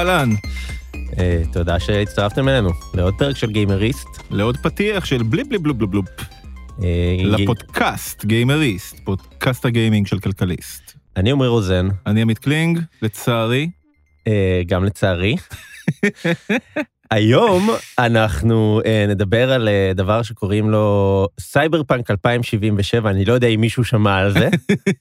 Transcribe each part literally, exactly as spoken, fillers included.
אהלן. תודה שהצטרפתם אלינו לעוד פרק של גיימריסט. לעוד פתיח של בליפ בליפ בלופ בלופ. לפודקאסט גיימריסט, פודקאסט הגיימינג של כלכליסט. אני עומרי רוזן. אני עמית קלינג, לצערי. גם לצערי. היום אנחנו נדבר על דבר שקוראים לו סייבר פאנק אלפיים שבעים ושבע, אני לא יודע אם מישהו שמע על זה.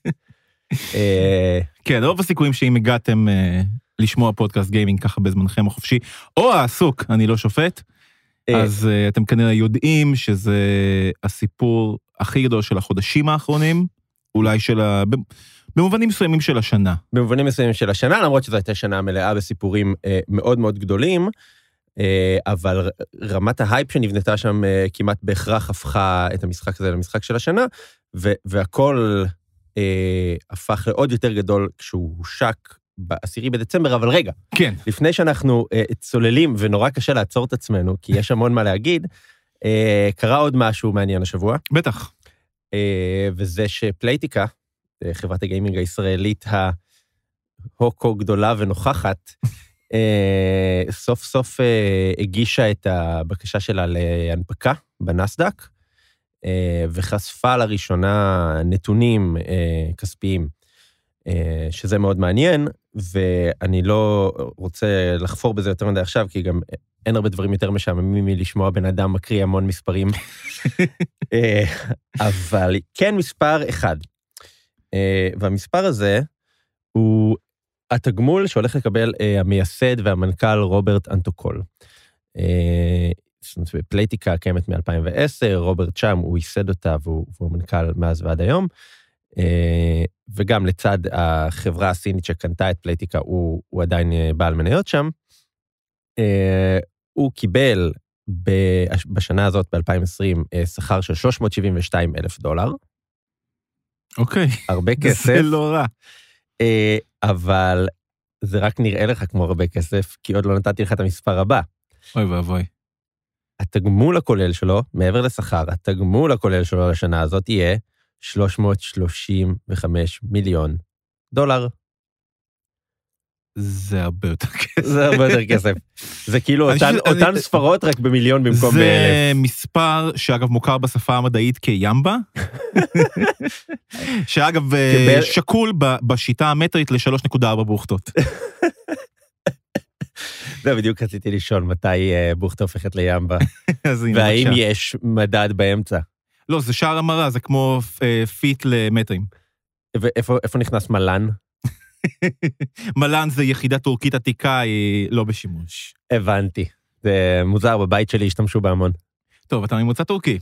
כן, רוב הסיכויים שאם הגעתם לשמוע פודקאסט גיימינג ככה בזמנכם החופשי, או העסוק, אני לא שופט, אז אתם כנראה יודעים שזה הסיפור הכי גדול של החודשים האחרונים, אולי של ה... במובנים מסוימים של השנה. במובנים מסוימים של השנה, למרות שזו הייתה שנה מלאה בסיפורים מאוד מאוד גדולים, אבל רמת ההייפ שנבנתה שם כמעט בהכרח הפכה את המשחק הזה למשחק של השנה, והכל הפך לעוד יותר גדול כשהוא הושק בעשירי בדצמבר, אבל רגע, כן. לפני שאנחנו צוללים, ונורא קשה לעצור את עצמנו, כי יש המון מה להגיד, קרה עוד משהו מעניין השבוע. בטח. וזה שפלייטיקה, חברת הגיימינג הישראלית ההוקו גדולה ונוכחת, סוף סוף הגישה את הבקשה שלה להנפקה בנסדק, וחשפה לראשונה נתונים כספיים, שזה מאוד מעניין, ואני לא רוצה לחפור בזה יותר מדי עכשיו, כי גם אין הרבה דברים יותר משעממים מלשמוע בן אדם מקריא המון מספרים, אבל כן מספר אחד. והמספר הזה הוא התגמול שהולך לקבל המייסד והמנכ"ל רוברט אנטוקול. פלייטיקה קיימת מ-אלפיים ועשר, רוברט שם, הוא ייסד אותה, והוא, והוא מנכ"ל מאז ועד היום, וגם לצד החברה הסינית שקנתה את פלייטיקה, הוא, הוא עדיין בעל מניות שם. הוא קיבל בשנה הזאת, ב-אלפיים ועשרים, שכר של שלוש מאות שבעים ושתיים אלף דולר. אוקיי. הרבה כסף. זה לא רע. אבל זה רק נראה לך כמו הרבה כסף, כי עוד לא נתתי לך את המספר הבא. אוי ואבוי. התגמול הכולל שלו, מעבר לשכר, התגמול הכולל שלו לשנה הזאת יהיה שלוש מאות שלושים וחמישה מיליון דולר. זה הרבה יותר כסף. זה הרבה יותר כסף. זה כאילו אותן, אותן אני... ספרות רק במיליון במקום זה באלף. זה מספר שאגב מוכר בשפה המדעית כימבה, שאגב כבל... שקול בשיטה המטרית ל-שלוש נקודה ארבע בוכטות. זה בדיוק רציתי לשאול מתי בוכטה הופכת לימבה, והאם יש מדד באמצע. לא, זה שער המרה, זה כמו פיט למטרים. ואיפה נכנס מלן? מלן זה יחידה טורקית עתיקה, היא לא בשימוש. הבנתי. זה מוזר, בבית שלי השתמשו בהמון. טוב, אתה ממוצא טורקי.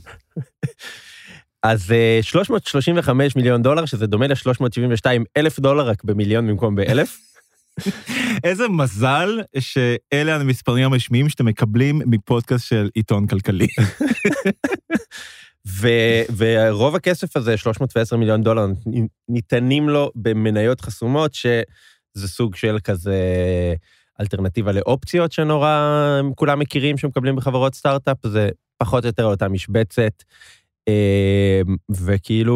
אז שלוש מאות שלושים וחמישה מיליון דולר, שזה דומה ל-שלוש מאות שבעים ושתיים אלף דולר, רק במיליון במקום באלף. איזה מזל שאלה המספרים המשמיעים שאתם מקבלים מפודקאסט של עיתון כלכלי. ורוב הכסף הזה, שלוש מאות ועשרה מיליון דולר, ניתנים לו במניות חסומות, שזה סוג של כזה אלטרנטיבה לאופציות שנורא כולם מכירים שמקבלים בחברות סטארט-אפ, זה פחות או יותר אותה משבצת, וכאילו,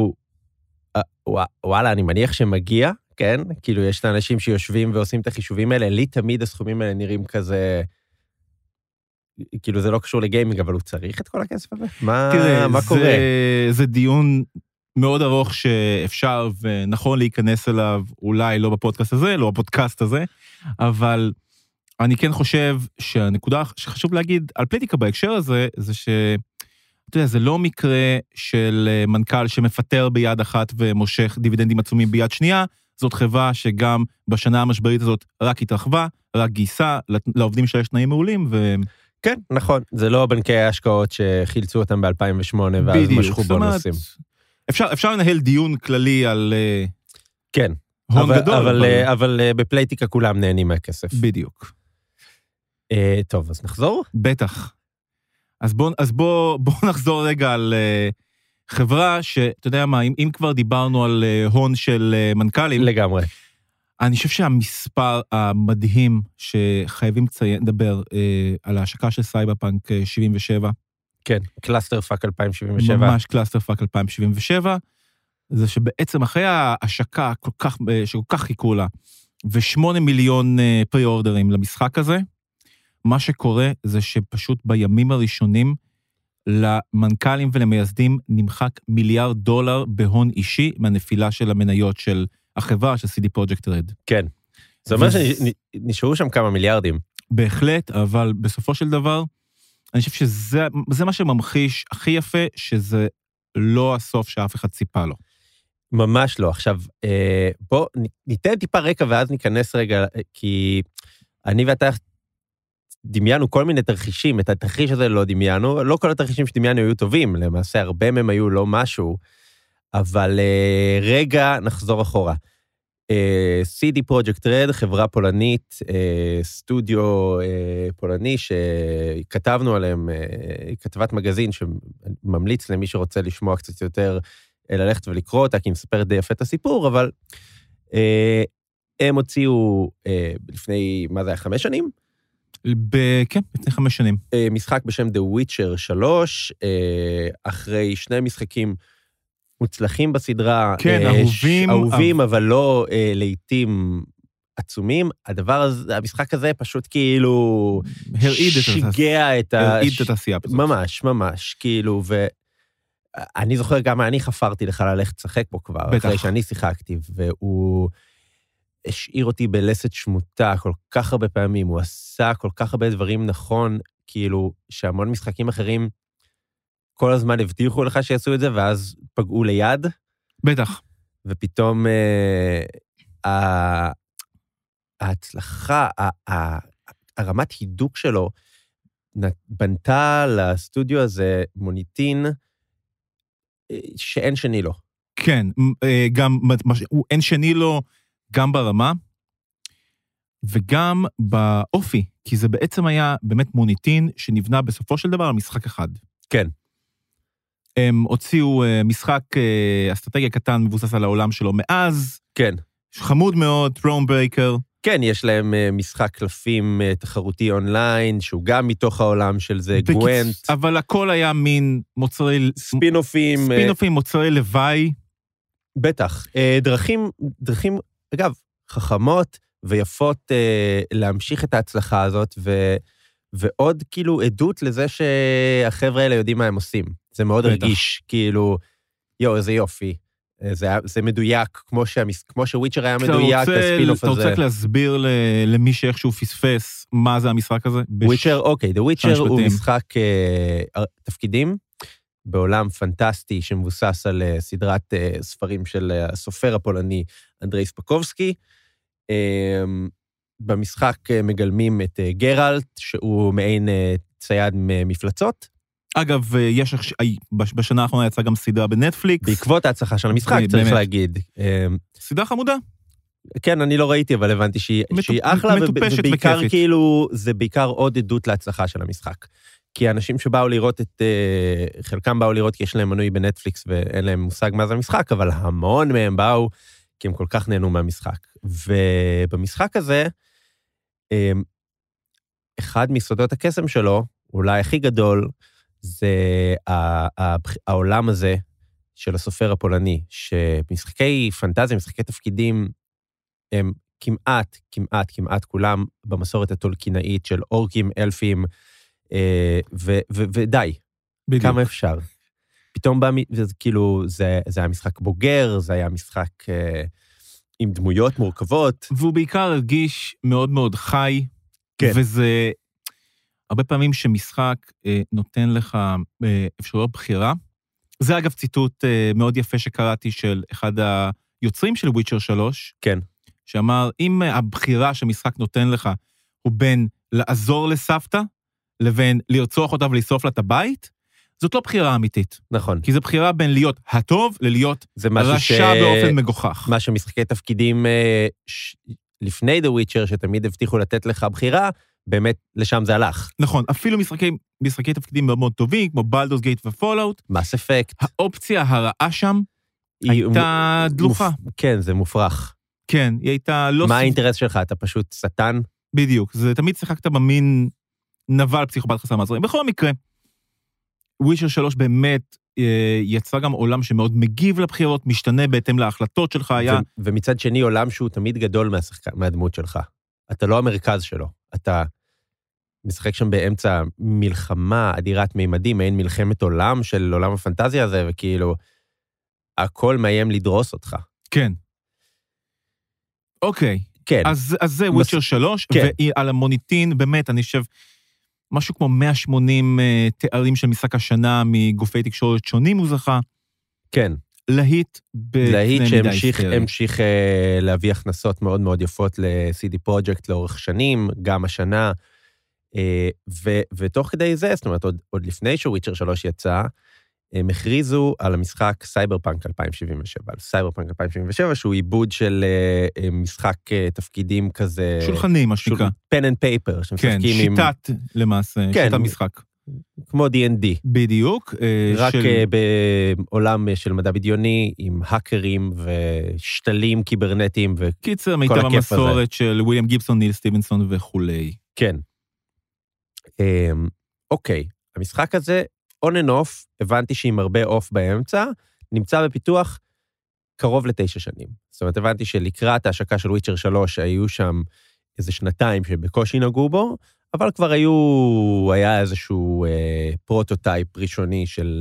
וואלה, אני מניח שמגיע, כן? כאילו יש את האנשים שיושבים ועושים את החישובים האלה, לי תמיד הסכומים האלה נראים כזה, כאילו זה לא קשור לגיימינג, אבל הוא צריך את כל הכסף הזה? מה, תראה, מה זה, קורה? זה דיון מאוד ארוך שאפשר ונכון להיכנס אליו, אולי לא בפודקאסט הזה, לא בפודקאסט הזה, אבל אני כן חושב שהנקודה שחשוב להגיד על פלייטיקה בהקשר הזה, זה ש... אתה יודע, זה לא מקרה של מנכ"ל שמפטר ביד אחת ומושך דיבידנדים עצומים ביד שנייה, זאת חברה שגם בשנה המשברית הזאת רק התרחבה, רק גייסה, לעובדים שלה יש תנאים מעולים, ו... כן, נכון. זה לא בנקי ההשקעות שחילצו אותם ב-אלפיים ושמונה, ואז בדיוק, משכו בונוסים. אפשר, אפשר לנהל דיון כללי על כן, הון אבל, גדול. אבל, אבל... אבל בפלייטיקה כולם נהנים מהכסף. בדיוק. אה, טוב, אז נחזור? בטח. אז בוא, אז בוא, בוא נחזור רגע על uh, חברה שאתה יודע מה, אם, אם כבר דיברנו על uh, הון של uh, מנכ"לים. לגמרי. אני חושב שהמספר המדהים שחייבים לציין, לדבר uh, על ההשקה של סייבר פאנק שבעים ושבע. כן, קלאסטר פאק אלפיים שבעים ושבע. ממש קלאסטר פאק אלפיים שבעים ושבע, זה שבעצם אחרי ההשקה כל כך, שכל כך חיכו לה, ושמונה מיליון פרי-אורדרים למשחק הזה. מה שקורה זה שפשוט בימים הראשונים, למנכ"לים ולמייסדים נמחק מיליארד דולר בהון אישי, מהנפילה של המניות של החברה, של סי די Projekt Red. כן. זה אומר שנשארו שם כמה מיליארדים. בהחלט, אבל בסופו של דבר, אני חושב שזה זה מה שממחיש הכי יפה, שזה לא הסוף שאף אחד ציפה לו. ממש לא. עכשיו, בוא ניתן טיפה רקע ואז ניכנס רגע, כי אני ואתה דמיינו כל מיני תרחישים, את התרחיש הזה לא דמיינו, לא כל התרחישים שדמיינו היו טובים, למעשה הרבה מהם היו לא משהו, אבל רגע נחזור אחורה. סי די Projekt Red, חברה פולנית, סטודיו פולני שכתבנו עליהם, כתבת מגזין שממליץ למי שרוצה לשמוע קצת יותר, ללכת ולקרוא אותה, כי היא מספרת די יפה את הסיפור, אבל הם הוציאו לפני, מה זה היה, חמש שנים? כן, לפני חמש שנים. משחק בשם The Witcher שלוש, אחרי שני משחקים מוצלחים בסדרה, כן, אהובים, אהובים, אבל לא לעתים עצומים. הדבר הזה, המשחק הזה פשוט כאילו שיגע את ה... הרעיד את התעשייה. ממש, ממש, כאילו, ואני זוכר גם אני חפרתי לך ללכת לשחק פה כבר, אחרי שאני שיחקתי, והוא השאיר אותי בלסת שמוטה כל כך הרבה פעמים, הוא עשה כל כך הרבה דברים נכון, כאילו, שהמון משחקים אחרים, כל הזמן הבטיחו לך שיעשו את זה, ואז פגעו ליד. בטח. ופתאום אה, ההצלחה, הרמת הידוק שלו, בנתה לסטודיו הזה מוניטין שאין שני לו. כן, גם, אין שני לו גם ברמה, וגם באופי, כי זה בעצם היה באמת מוניטין שנבנה בסופו של דבר על משחק אחד. כן. הם הוציאו משחק אסטרטגיה קטן מבוסס על העולם שלו מאז. כן. חמוד מאוד, Thronebreaker. כן, יש להם משחק קלפים תחרותי אונליין, שהוא גם מתוך העולם של זה, גוונט. אבל הכל היה מין מוצרי... ספינופים. ספינופים, מוצרי לוואי. בטח. דרכים, דרכים, אגב, חכמות ויפות להמשיך את ההצלחה הזאת, ו... ועוד כאילו עדות לזה שהחבר'ה האלה יודעים מה הם עושים. זה מאוד רגיש, כאילו, יו, איזה יופי. זה, זה מדויק, כמו, שהמס... כמו שוויצ'ר היה מדויק, הספינוף הזה. אתה רוצה להסביר למי שאיכשהו פספס מה זה המשחק הזה? וויצ'ר, אוקיי, The Witcher הוא משחק uh, תפקידים, בעולם פנטסטי שמבוסס על uh, סדרת uh, ספרים של uh, הסופר הפולני אנדרי ספקובסקי. Uh, במשחק uh, מגלמים את uh, גרלט, שהוא מעין uh, צייד מפלצות. אגב, יש, בשנה האחרונה יצאה גם סדרה בנטפליקס. בעקבות ההצלחה של המשחק, צריך להגיד. סדרה חמודה. כן, אני לא ראיתי, אבל הבנתי שהיא אחלה, ובעיקר כאילו, זה בעיקר עוד עדות להצלחה של המשחק. כי האנשים שבאו לראות את, חלקם באו לראות כי יש להם מנוי בנטפליקס, ואין להם מושג מה זה המשחק, אבל המון מהם באו, כי הם כל כך נהנו מהמשחק. ובמשחק הזה, אחד מסודות הקסם שלו, אולי הכי גדול, זה העולם הזה של הסופר הפולני, שמשחקי פנטזיה, משחקי תפקידים, הם כמעט, כמעט, כמעט כולם במסורת הטולקינאית של אורקים, אלפים, ודי. בדיוק. כמה אפשר. פתאום בא, כאילו, זה, זה היה משחק בוגר, זה היה משחק עם דמויות מורכבות. והוא בעיקר הרגיש מאוד מאוד חי, כן. וזה... הרבה פעמים שמשחק אה, נותן לך אה, אפשרויות בחירה. זה אגב ציטוט אה, מאוד יפה שקראתי של אחד היוצרים של וויצ'ר שלוש. כן. שאמר, אם הבחירה שהמשחק נותן לך הוא בין לעזור לסבתא, לבין לרצוח אותה ולשרוף לה את הבית, זאת לא בחירה אמיתית. נכון. כי זו בחירה בין להיות הטוב ללהיות רשע ש... באופן מגוחך. מה שמשחקי תפקידים אה, ש... לפני The Witcher, שתמיד הבטיחו לתת לך בחירה, באמת לשם זה הלך. נכון, אפילו משחקי, משחקי תפקידים מאוד מאוד טובים, כמו בלדורס גייט ופולאוט. מס אפקט. האופציה הרעה שם הייתה מ... דלוחה. מופ... כן, זה מופרך. כן, היא הייתה לא... מה האינטרס שלך? אתה פשוט שטן? בדיוק, זה תמיד שיחקת במין נבל פסיכופת חסר מעצורים. בכל מקרה, וויצ'ר שלוש באמת יצא גם עולם שמאוד מגיב לבחירות, משתנה בהתאם להחלטות שלך, היה... ומצד שני, עולם שהוא תמיד גדול מהדמות שלך. אתה לא המרכז שלו, אתה משחק שם באמצע מלחמה אדירת מימדים, מעין מלחמת עולם של עולם הפנטזיה הזה, וכאילו, הכל מאיים לדרוס אותך. כן. אוקיי. כן. אז, אז זה וויצ'ר שלוש, כן. ועל המוניטין, באמת, אני חושב, משהו כמו מאה ושמונים uh, תארים של משחק השנה מגופי תקשורת שונים הוא זכה. כן. להיט בקנה להיט מידה שהמשיך היסטרי. המשיך, uh, להביא הכנסות מאוד מאוד יפות ל-סי די Projekt לאורך שנים, גם השנה, uh, ו, ותוך כדי זה, זאת אומרת, עוד, עוד לפני שוויצ'ר שלוש יצא, הם הכריזו על המשחק סייברפאנק אלפיים שבעים ושבע, על סייברפאנק אלפיים שבעים ושבע, שהוא עיבוד של uh, משחק uh, תפקידים כזה... שולחני, מה שנקרא. פן אנד פייפר, כן, שיטת, עם... למעשה, כן, שיטת משחק. כמו די אנד די. בדיוק. רק של... בעולם של מדע בדיוני, עם האקרים ושתלים קיברנטיים וכל הכיף הזה. קיצר, מיטב המסורת של וויליאם גיבסון, ניל סטיבנסון וכולי. כן. אוקיי, המשחק הזה, on and off, הבנתי שעם הרבה off באמצע, נמצא בפיתוח קרוב לתשע שנים. זאת אומרת, הבנתי שלקראת ההשקה של וויצ'ר שלוש, היו שם איזה שנתיים שבקושי נגעו בו, אבל כבר היו, היה איזשהו אה, פרוטוטייפ ראשוני של,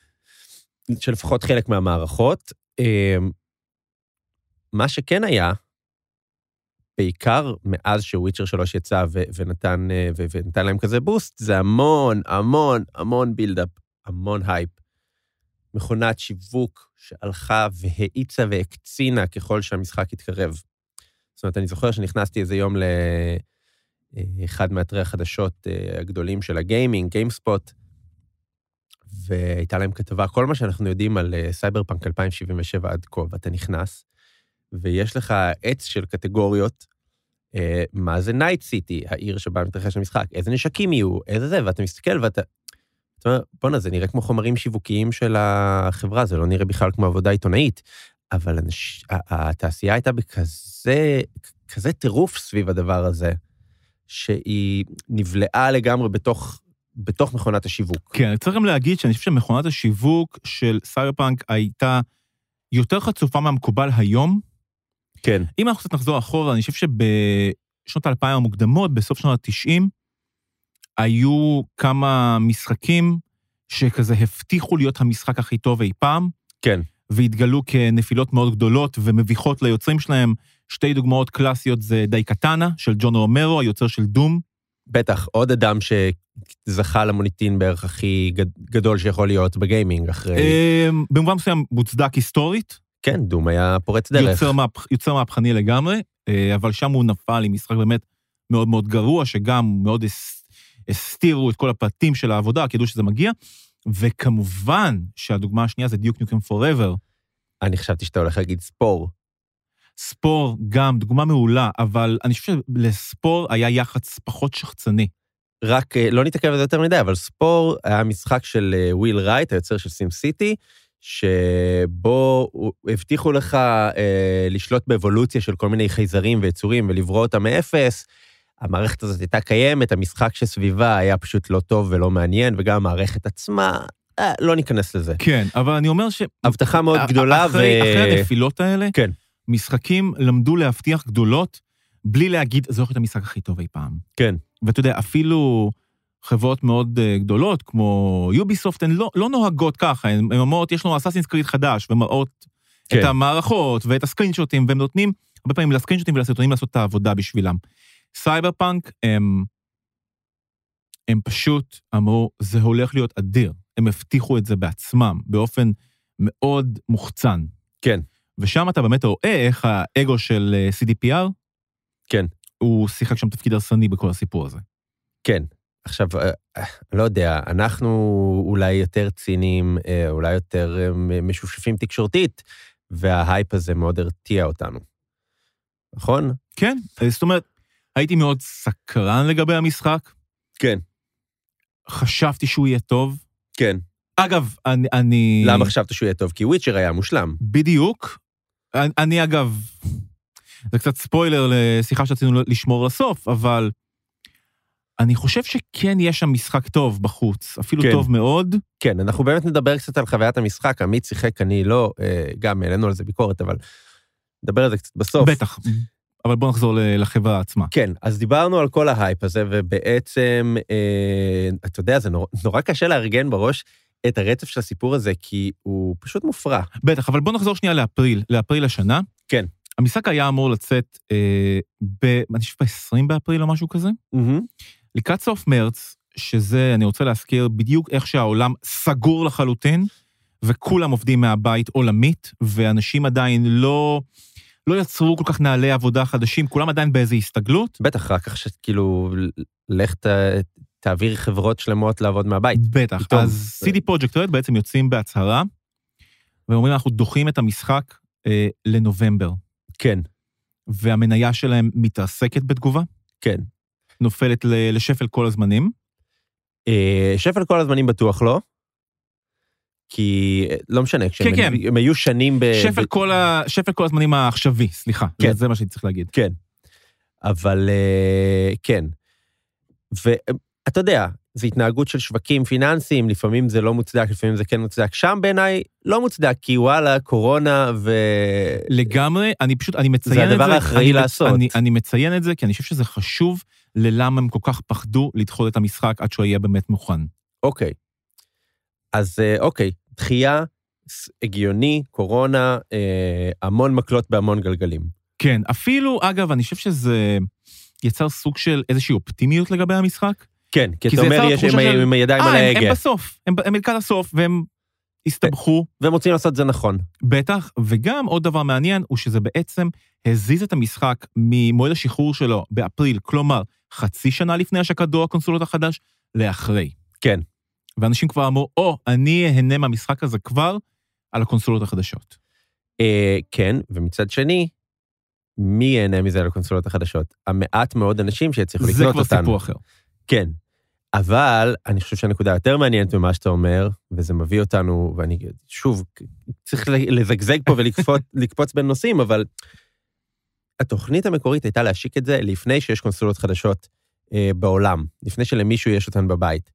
של לפחות חלק מהמערכות. אה, מה שכן היה, בעיקר מאז שוויצ'ר שלוש יצא ו- ונתן, ו- ונתן להם כזה בוסט, זה המון, המון, המון בילדאפ, המון הייפ. מכונת שיווק שהלכה והאיצה והקצינה ככל שהמשחק התקרב. זאת אומרת, אני זוכר שנכנסתי איזה יום לאחד מאתרי החדשות הגדולים של הגיימינג, גיימספוט, והייתה להם כתבה, כל מה שאנחנו יודעים על סייברפאנק אלפיים שבעים ושבע עד כה, ואתה נכנס, ויש לך עץ של קטגוריות, אה, מה זה נייט סיטי, העיר שבה מתרחש המשחק, איזה נשקים יהיו, איזה זה, ואתה מסתכל ואתה, אתה אומר, בונה, זה נראה כמו חומרים שיווקיים של החברה, זה לא נראה בכלל כמו עבודה עיתונאית, אבל הנש... התעשייה הייתה בכזה, כזה טירוף סביב הדבר הזה, שהיא נבלעה לגמרי בתוך, בתוך מכונת השיווק. כן, צריך גם להגיד שאני חושב שמכונת השיווק של סייברפאנק הייתה יותר חצופה מהמקובל היום. כן. אם אנחנו קצת נחזור אחורה, אני חושב שבשנות האלפיים המוקדמות, בסוף שנות ה-תשעים, היו כמה משחקים שכזה הבטיחו להיות המשחק הכי טוב אי פעם. כן. והתגלו כנפילות מאוד גדולות ומביכות ליוצרים שלהם. שתי דוגמאות קלאסיות זה דייקטנה של ג'ון רומרו, היוצר של דום. בטח, עוד אדם שזכה למוניטין בערך הכי גדול שיכול להיות בגיימינג אחרי... במובן מסוים מוצדק היסטורית. כן, דום היה פורץ דרך. יוצר, מהפ... יוצר מהפכני לגמרי, אבל שם הוא נפל עם משחק באמת מאוד מאוד גרוע, שגם מאוד הסתירו את כל הפרטים של העבודה, כדאו שזה מגיע, וכמובן שהדוגמה השנייה זה דיוק ניוקם פוראבר. אני חשבתי שאתה הולך להגיד ספור. ספור גם, דוגמה מעולה, אבל אני חושב שלספור היה יחץ פחות שחצני. רק, לא נתעכב על זה יותר מדי, אבל ספור היה משחק של וויל רייט, היוצר של סים סיטי, שבו הבטיחו לך אה, לשלוט באבולוציה של כל מיני חייזרים ויצורים ולברוא אותם מאפס. המערכת הזאת הייתה קיימת, המשחק שסביבה היה פשוט לא טוב ולא מעניין, וגם המערכת עצמה, אה, לא ניכנס לזה. כן, אבל אני אומר ש... הבטחה מאוד גדולה אחרי, ו... אחרי הנפילות האלה, כן. משחקים למדו להבטיח גדולות, בלי להגיד, זה הולך להיות המשחק הכי טוב אי פעם. כן. ואתה יודע, אפילו חברות מאוד גדולות, כמו יוביסופט, הן לא, לא נוהגות ככה, הן אומרות, יש לנו אסאסינס קריד חדש, ומראות כן. את המערכות ואת הסקרינשוטים, והם נותנים, הרבה פעמים לסקרינשוטים ולסרטונים לעשות את העבודה בשבילם. סייברפאנק, הם, הם פשוט אמרו, זה הולך להיות אדיר. הם הבטיחו את זה בעצמם, באופן מאוד מוחצן. כן. ושם אתה באמת רואה איך האגו של סי די פי אר, כן. הוא שיחק שם תפקיד הרסני בכל הסיפור הזה. כן. עכשיו, לא יודע, אנחנו אולי יותר ציניים, אולי יותר משופשפים תקשורתית, וההייפ הזה מאוד הרתיע אותנו. נכון? כן, זאת אומרת, הייתי מאוד סקרן לגבי המשחק. כן. חשבתי שהוא יהיה טוב. כן. אגב, אני... אני... למה חשבת שהוא יהיה טוב? כי וויצ'ר היה מושלם. בדיוק. אני, אני אגב, זה קצת ספוילר לשיחה שרצינו לשמור לסוף, אבל אני חושב שכן יש שם משחק טוב בחוץ, אפילו כן. טוב מאוד. כן, אנחנו באמת נדבר קצת על חוויית המשחק, עמית שיחק, אני לא, גם העלינו על זה ביקורת, אבל נדבר על זה קצת בסוף. בטח, אבל בוא נחזור לחברה עצמה. כן, אז דיברנו על כל ההייפ הזה, ובעצם, אה, אתה יודע, זה נורא, נורא קשה לארגן בראש את הרצף של הסיפור הזה, כי הוא פשוט מופרע. בטח, אבל בוא נחזור שנייה לאפריל, לאפריל השנה. כן. המשחק היה אמור לצאת, אה, ב, אני חושב ב-עשרים באפריל או משהו כזה. Mm-hmm. לקראת סוף מרץ, שזה, אני רוצה להזכיר, בדיוק איך שהעולם סגור לחלוטין, וכולם עובדים מהבית עולמית, ואנשים עדיין לא, לא יצרו כל כך נעלי עבודה חדשים, כולם עדיין באיזו הסתגלות. בטח, רק עכשיו, כאילו, לך ת, תעביר חברות שלמות לעבוד מהבית. בטח, פתאום. אז סי די Projekt Red בעצם יוצאים בהצהרה, ואומרים, אנחנו דוחים את המשחק אה, לנובמבר. כן. והמניה שלהם מתרסקת בתגובה. כן. נופלת לשפל כל הזמנים. שפל כל הזמנים בטוח לא, כי לא משנה, כשהם כן, הם היו שנים ב... שפל, ב... כל ה... שפל כל הזמנים העכשווי, סליחה, כן. זה מה שאני צריך להגיד. כן, אבל כן. ואתה יודע, זו התנהגות של שווקים פיננסיים, לפעמים זה לא מוצדק, לפעמים זה כן מוצדק. שם בעיניי לא מוצדק, כי וואלה, קורונה ו... לגמרי, אני פשוט, אני מציין את זה. זה הדבר האחראי לעשות. אני, אני מציין את זה, כי אני חושב שזה חשוב ללמה הם כל כך פחדו לדחות את המשחק עד שהוא יהיה באמת מוכן. אוקיי. אז אוקיי, דחייה, הגיוני, קורונה, אה, המון מקלות בהמון גלגלים. כן, אפילו, אגב, אני חושב שזה יצר סוג של איזושהי אופטימיות לגבי המשחק. כן, כי אתה אומר, יש עם הידיים על ההגה. הם בסוף, הם לקראת הסוף, והם הסתבכו. והם רוצים לעשות זה נכון. בטח, וגם עוד דבר מעניין, הוא שזה בעצם הזיז את המשחק ממועד השחרור שלו באפריל, כלומר, חצי שנה לפני השקת דור הקונסולות החדש, לאחרי. כן. ואנשים כבר אמרו, או, אני אהנה מהמשחק הזה כבר על הקונסולות החדשות. כן, ומצד שני, מי ייהנה מזה על הקונסולות החדשות? המעט מאוד אנשים שיצליחו לקנות אותנו. זה כבר סיפור אחר. כן, אבל אני חושב שהנקודה יותר מעניינת ממה שאתה אומר, וזה מביא אותנו, ואני שוב, צריך לזגזג פה ולקפוץ בין נושאים, אבל התוכנית המקורית הייתה להשיק את זה לפני שיש קונסולות חדשות אה, בעולם, לפני שלמישהו יש אותן בבית.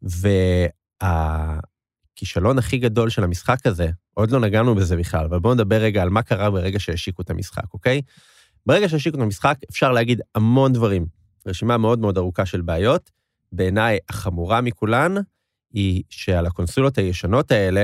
והכישלון הכי גדול של המשחק הזה, עוד לא נגענו בזה בכלל, אבל בואו נדבר רגע על מה קרה ברגע שהשיקו את המשחק, אוקיי? ברגע שהשיקו את המשחק, אפשר להגיד המון דברים. רשימה מאוד מאוד ארוכה של בעיות. בעיניי החמורה מכולן היא שעל הקונסולות הישנות האלה,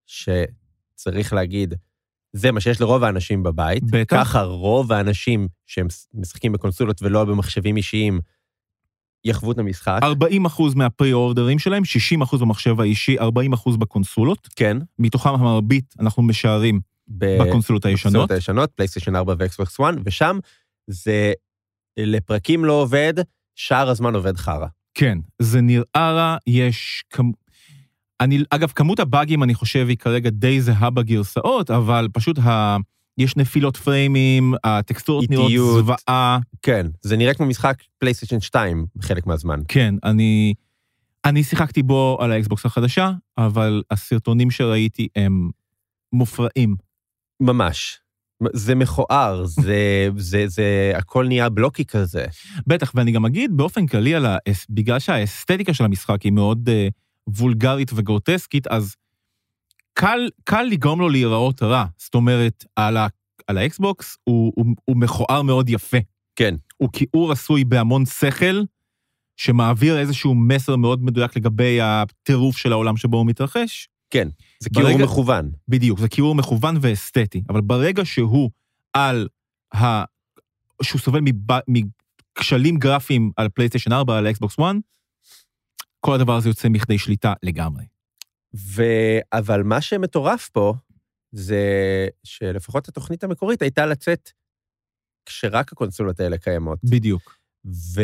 שצריך להגיד, זה מה שיש לרוב האנשים בבית, בטח. ככה רוב האנשים שהם משחקים בקונסולות ולא במחשבים אישיים, יחוו את המשחק. ארבעים אחוז מהפרי-אורדרים שלהם, שישים אחוז במחשב האישי, ארבעים אחוז בקונסולות. כן. מתוכם המרבית אנחנו משערים ב- בקונסולות הישנות. בקונסולות הישנות, פלייסטיישן ארבע ואקסבוקס אחת, ושם זה לפרקים לא עובד, שאר הזמן עובד חרה. כן, זה נראה רע, יש... אני, אגב, כמות הבאגים, אני חושב, היא כרגע די זהה בגרסאות, אבל פשוט ה... יש נפילות פריימים, הטקסטורות נראות זוועה. כן, זה נראה כמו משחק פלייסטיישן שתיים בחלק מהזמן. כן, אני, אני שיחקתי בו על האקסבוקס החדשה, אבל הסרטונים שראיתי הם מופרעים. ממש. זה מכוער, זה, זה, זה, הכל נהיה בלוקי כזה. בטח, ואני גם אגיד באופן כללי, על ה... בגלל שהאסתטיקה של המשחק היא מאוד uh, וולגרית וגרוטסקית, אז קל, קל לגרום לו להיראות רע. זאת אומרת, על, ה, על האקסבוקס הוא, הוא, הוא מכוער מאוד יפה. כן. הוא כיעור עשוי בהמון שכל, שמעביר איזשהו מסר מאוד מדויק לגבי הטירוף של העולם שבו הוא מתרחש. כן, זה כיעור ברגע, מכוון. בדיוק, זה כיעור מכוון ואסתטי, אבל ברגע שהוא על ה... שהוא סובל מב... מכשלים גרפיים על פלייסטיישן ארבע, על האקסבוקס אחת, כל הדבר הזה יוצא מכדי שליטה לגמרי. ו... אבל מה שמטורף פה, זה שלפחות התוכנית המקורית הייתה לצאת כשרק הקונסולות האלה קיימות. בדיוק. ו...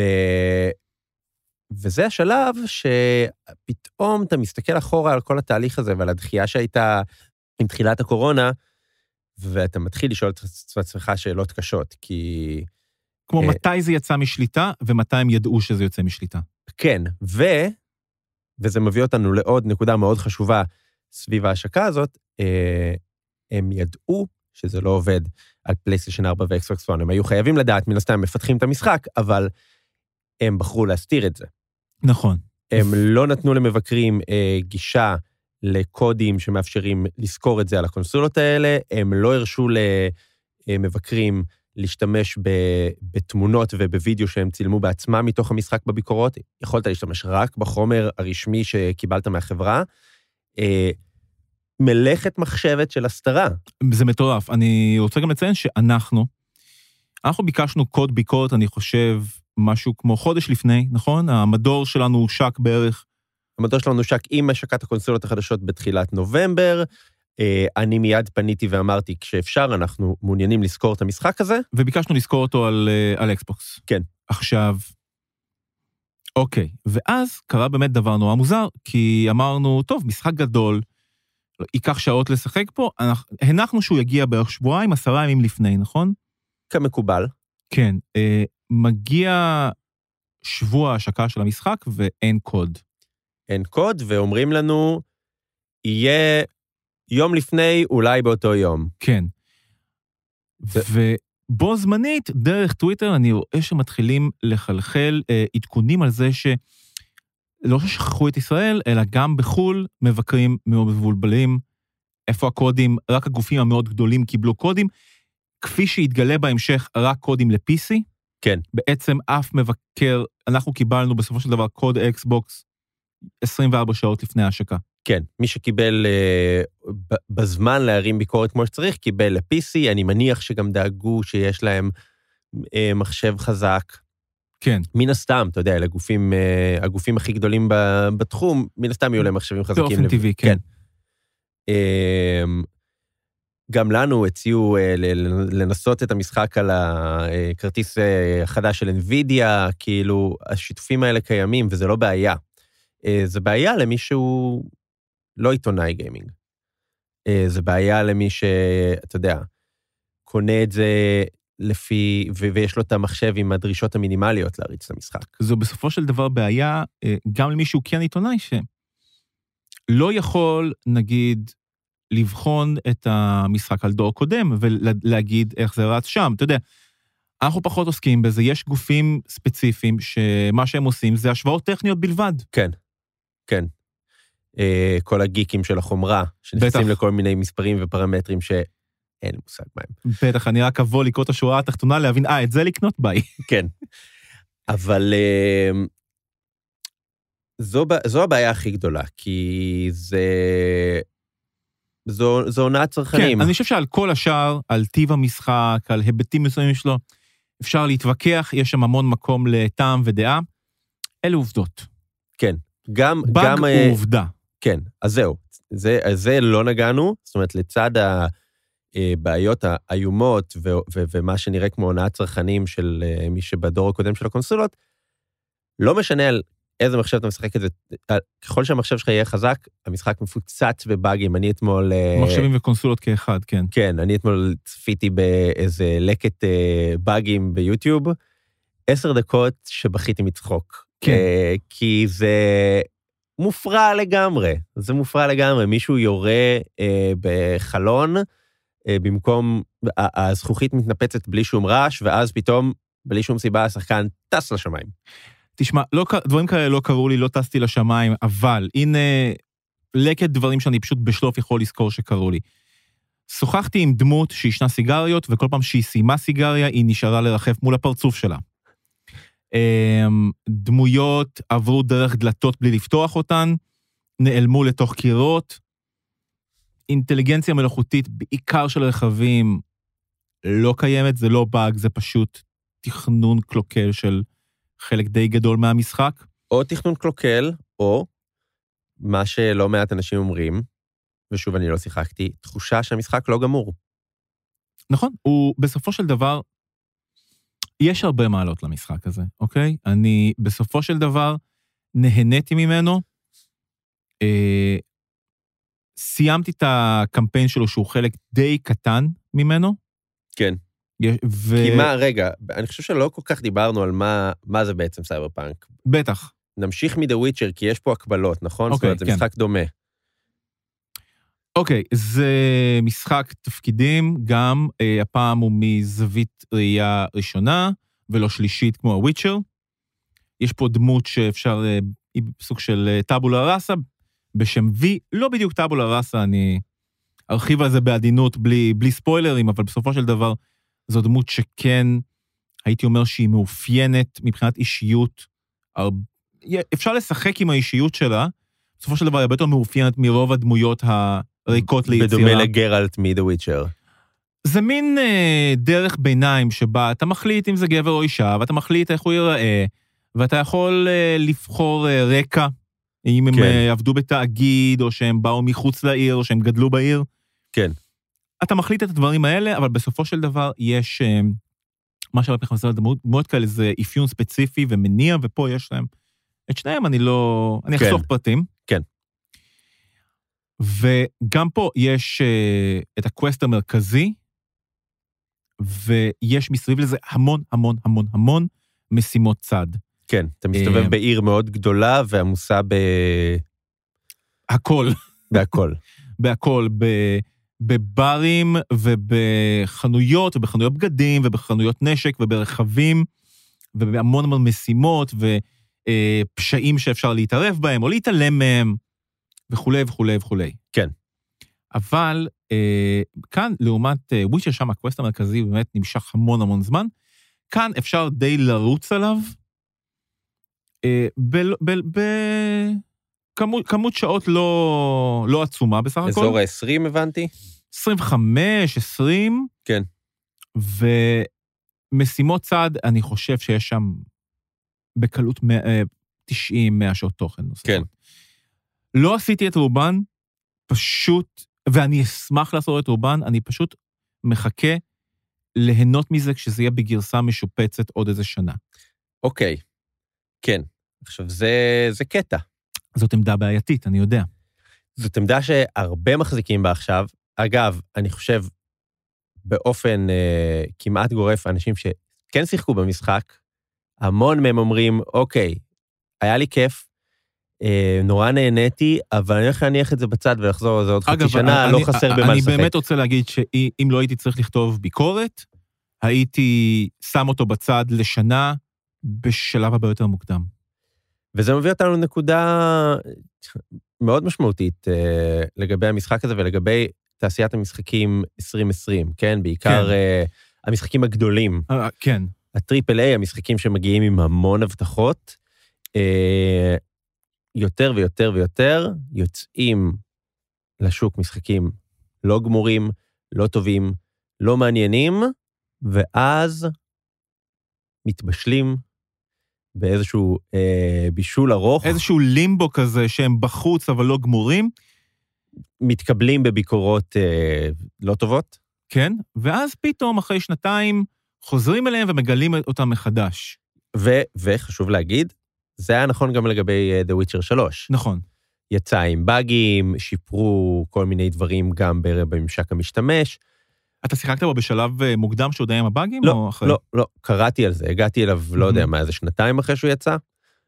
וזה השלב שפתאום אתה מסתכל אחורה על כל התהליך הזה, ועל הדחייה שהייתה עם תחילת הקורונה, ואתה מתחיל לשאול את עצמך שאלות קשות, כי... כמו מתי זה יצא משליטה, ומתי הם ידעו שזה יוצא משליטה. כן, ו... וזה מביא אותנו לעוד נקודה מאוד חשובה סביב ההשקה הזאת, הם ידעו שזה לא עובד על פלייסטיישן ארבע ואקסבוקס אחת, הם היו חייבים לדעת, מן הסתם הם מפתחים את המשחק, אבל הם בחרו להסתיר את זה. נכון. הם לא נתנו למבקרים אה, גישה לקודים שמאפשרים לזכור את זה על הקונסולות האלה, הם לא הרשו למבקרים להשתמש בתמונות ובווידאו שהם צילמו בעצמם מתוך המשחק בביקורות, יכולת להשתמש רק בחומר הרשמי שקיבלת מהחברה, מלאכת מחשבת של הסתרה. זה מטורף. אני רוצה גם לציין שאנחנו, אנחנו ביקשנו קוד ביקורת, אני חושב, משהו כמו חודש לפני, נכון? המדור שלנו הושק בערך. המדור שלנו הושק עם השקת הקונסולות החדשות בתחילת נובמבר, אני מיד פניתי ואמרתי, כשאפשר, אנחנו מעוניינים לזכור את המשחק הזה. וביקשנו לזכור אותו על, על אקסבוקס. כן. עכשיו, אוקיי, ואז קרה באמת דבר נורא מוזר, כי אמרנו, טוב, משחק גדול, ייקח שעות לשחק פה, הנחנו שהוא יגיע בערך שבועיים, עשרה ימים לפני, נכון? כמקובל. כן, מגיע שבוע השקה של המשחק, ואין קוד. אין קוד, ואומרים לנו, יהיה יום לפני, אולי באותו יום. כן. ובו זמנית, דרך טוויטר, אני רואה שמתחילים לחלחל אה, עדכונים על זה שלא ששכחו את ישראל, אלא גם בחול מבקרים מאוד מבולבלים. איפה הקודים? רק הגופים המאוד גדולים קיבלו קודים. כפי שהתגלה בהמשך, רק קודים ל-פי סי. כן. בעצם אף מבקר, אנחנו קיבלנו בסופו של דבר קוד אקסבוקס עשרים וארבע שעות לפני ההשקה. כן, מי שקיבל uh, בזמן להרים ביקורת כמו שצריך, קיבל ל-פי סי, אני מניח שגם דאגו שיש להם uh, מחשב חזק. כן. מן הסתם, אתה יודע, לגופים, uh, הגופים הכי גדולים בתחום, מן הסתם יהיו להם מחשבים חזקים. באופן טבעי, כן. כן. Uh, גם לנו הציעו uh, לנסות את המשחק על הכרטיס החדש של NVIDIA, כאילו, השיתופים האלה קיימים, וזה לא בעיה. Uh, זה בעיה למי שהוא לא עיתונאי גיימינג. זה בעיה למי שאתה יודע, קונה את זה לפי, ויש לו את המחשב עם הדרישות המינימליות להריץ את המשחק. זו בסופו של דבר בעיה, גם למי שהוא כן עיתונאי, שלא יכול, נגיד, לבחון את המשחק על דור קודם, ולהגיד איך זה רץ שם. אתה יודע, אנחנו פחות עוסקים בזה, יש גופים ספציפיים, שמה שהם עושים זה השוואות טכניות בלבד. כן, כן. כל הגיקים של החומרה, שנכנסים לכל מיני מספרים ופרמטרים שאין לי מושג מהם. בטח, אני רק אבוא לקרוא את השורה התחתונה, להבין, אה, את זה לקנות ביי. כן. אבל זו, זו הבעיה הכי גדולה, כי זה, זו, זו עונת צרכנים. כן, אני חושב שעל כל השאר, על טיב המשחק, על היבטים מסוימים שלו, אפשר להתווכח, יש שם המון מקום לטעם ודעה. אלה עובדות. כן. גם, בג גם, הוא עובדה. כן, אז זהו. זה, אז זה לא נגענו, זאת אומרת, לצד הבעיות האיומות ו, ו, ומה שנראה כמו עונת צרכנים של מי שבדור הקודם של הקונסולות, לא משנה על איזה מחשב אתה משחק את זה, ככל שהמחשב שלך יהיה חזק, המשחק מפוצץ בבאגים, אני אתמול... מחשבים וקונסולות כאחד, כן. כן, אני אתמול צפיתי באיזה לקט באגים ביוטיוב, עשר דקות שבכיתי מצחוק. כן. כי זה מופרע לגמרי, זה מופרע לגמרי, מישהו יורה בחלון, במקום, הזכוכית מתנפצת בלי שום רעש, ואז פתאום, בלי שום סיבה, השחקן טס לשמיים. תשמע, לא, דברים כאלה לא קראו לי, לא טסתי לשמיים, אבל הנה, לקט דברים שאני פשוט בשלוף יכול לזכור שקראו לי. שוחחתי עם דמות שישנה סיגריות, וכל פעם שהיא סיימה סיגריה, היא נשארה לרחף מול הפרצוף שלה. דמויות עברו דרך דלתות בלי לפתוח אותן, נעלמו לתוך קירות, אינטליגנציה מלאכותית, בעיקר של רכבים, לא קיימת, זה לא באג, זה פשוט תכנון קלוקל של חלק די גדול מהמשחק. או תכנון קלוקל, או מה שלא מעט אנשים אומרים, ושוב אני לא שיחקתי, תחושה שהמשחק לא גמור. נכון, הוא בסופו של דבר, יש הרבה מעלות למשחק הזה, אוקיי? אני בסופו של דבר נהניתי ממנו, אה, סיימתי את הקמפיין שלו שהוא חלק די קטן ממנו. כן. ו... כי מה, רגע, אני חושב שלא כל כך דיברנו על מה, מה זה בעצם סייברפאנק. בטח. נמשיך מדה וויצ'ר, כי יש פה הקבלות, נכון? אוקיי, זאת אומרת, כן. זה משחק דומה. אוקיי, זה משחק תפקידים, גם אה, הפעם הוא מזווית ראייה ראשונה, ולא שלישית כמו הוויצ'ר. יש פה דמות שאפשר, היא בסוג של טאבולה ראסה, בשם V, לא בדיוק טאבולה ראסה, אני ארחיב על זה בעדינות, בלי, בלי ספוילרים, אבל בסופו של דבר, זו דמות שכן, הייתי אומר שהיא מאופיינת מבחינת אישיות, אפשר לשחק עם האישיות שלה, בסופו של דבר היא הרבה יותר מאופיינת מרוב הדמויות הריקות ליצירה. בדומה לגרלט מ-The Witcher. זה מין אה, דרך ביניים שבה אתה מחליט אם זה גבר או אישה, ואתה מחליט איך הוא ייראה, ואתה יכול אה, לבחור אה, רקע, אם כן. הם אה, עבדו בתאגיד, או שהם באו מחוץ לעיר, או שהם גדלו בעיר. כן. אתה מחליט את הדברים האלה, אבל בסופו של דבר יש, אה, מה שהרבה מחמסה לדמות כאלה, זה אפיון ספציפי ומניע, ופה יש להם את שניהם, אני לא, אני אחסוך כן. פרטים. כן. וגם פה יש אה, את הקווסט המרכזי, ויש מסביב לזה המון, המון, המון, המון משימות צד. כן, אתה מסתובב בעיר מאוד גדולה, ועמוסה ב... הכל. בהכל. בהכל, בברים ובחנויות, ובחנויות בגדים, ובחנויות נשק, וברכבים, ובהמון המון משימות, ופשעים שאפשר להתערב בהם, או להתעלם מהם, וכו' וכו' וכו'. כן. אבל אה, כאן, לעומת אה, וויצ'ר, שם הקווסט המרכזי באמת נמשך המון המון זמן, כאן אפשר די לרוץ עליו, אה, בכמות שעות לא, לא עצומה בסך הכל. אזור ה-עשרים הבנתי? עשרים וחמש, עשרים. כן. ומשימות צד, אני חושב שיש שם בקלות תשעים מאה שעות תוכן. כן. לא עשיתי את רובן, פשוט, ואני אשמח לעשות את רובן, אני פשוט מחכה ליהנות מזה כשזה יהיה בגרסה משופצת עוד איזה שנה. אוקיי, כן. עכשיו, זה, זה קטע. זאת עמדה בעייתית, אני יודע. זאת עמדה שהרבה מחזיקים בה עכשיו. אגב, אני חושב, באופן אה, כמעט גורף, אנשים שכן שיחקו במשחק, המון מהם אומרים, אוקיי, היה לי כיף, אה, נורא נהניתי, אבל אני הולך להניח את זה בצד ולחזור לזה עוד חצי אגב, שנה, אני, לא חסר במה אני לשחק. באמת רוצה להגיד שאם לא הייתי צריך לכתוב ביקורת, הייתי שם אותו בצד לשנה בשלב הרבה יותר מוקדם. וזה מביא אותנו לנקודה מאוד משמעותית אה, לגבי המשחק הזה ולגבי תעשיית המשחקים עשרים עשרים, כן? בעיקר כן. אה, המשחקים הגדולים. אה, כן. הטריפל איי, המשחקים שמגיעים עם המון הבטחות, אה, יותר ויותר ויותר יוצאים לשוק משחקים לא גמורים, לא טובים, לא מעניינים, ואז מתבשלים באיזשהו אה, בישול ארוך. איזשהו לימבו כזה שהם בחוץ אבל לא גמורים. מתקבלים בביקורות אה, לא טובות. כן, ואז פתאום אחרי שנתיים חוזרים אליהם ומגלים אותם מחדש. ו- וחשוב להגיד, זה היה נכון גם לגבי uh, The Witcher שלוש. נכון. יצא עם באגים, שיפרו כל מיני דברים גם בממשק המשתמש. אתה שיחקת בו בשלב מוקדם שעוד היה עם הבאגים? לא, או אחרי? לא, לא, קראתי על זה, הגעתי אליו, לא יודע מה, איזה שנתיים אחרי שהוא יצא.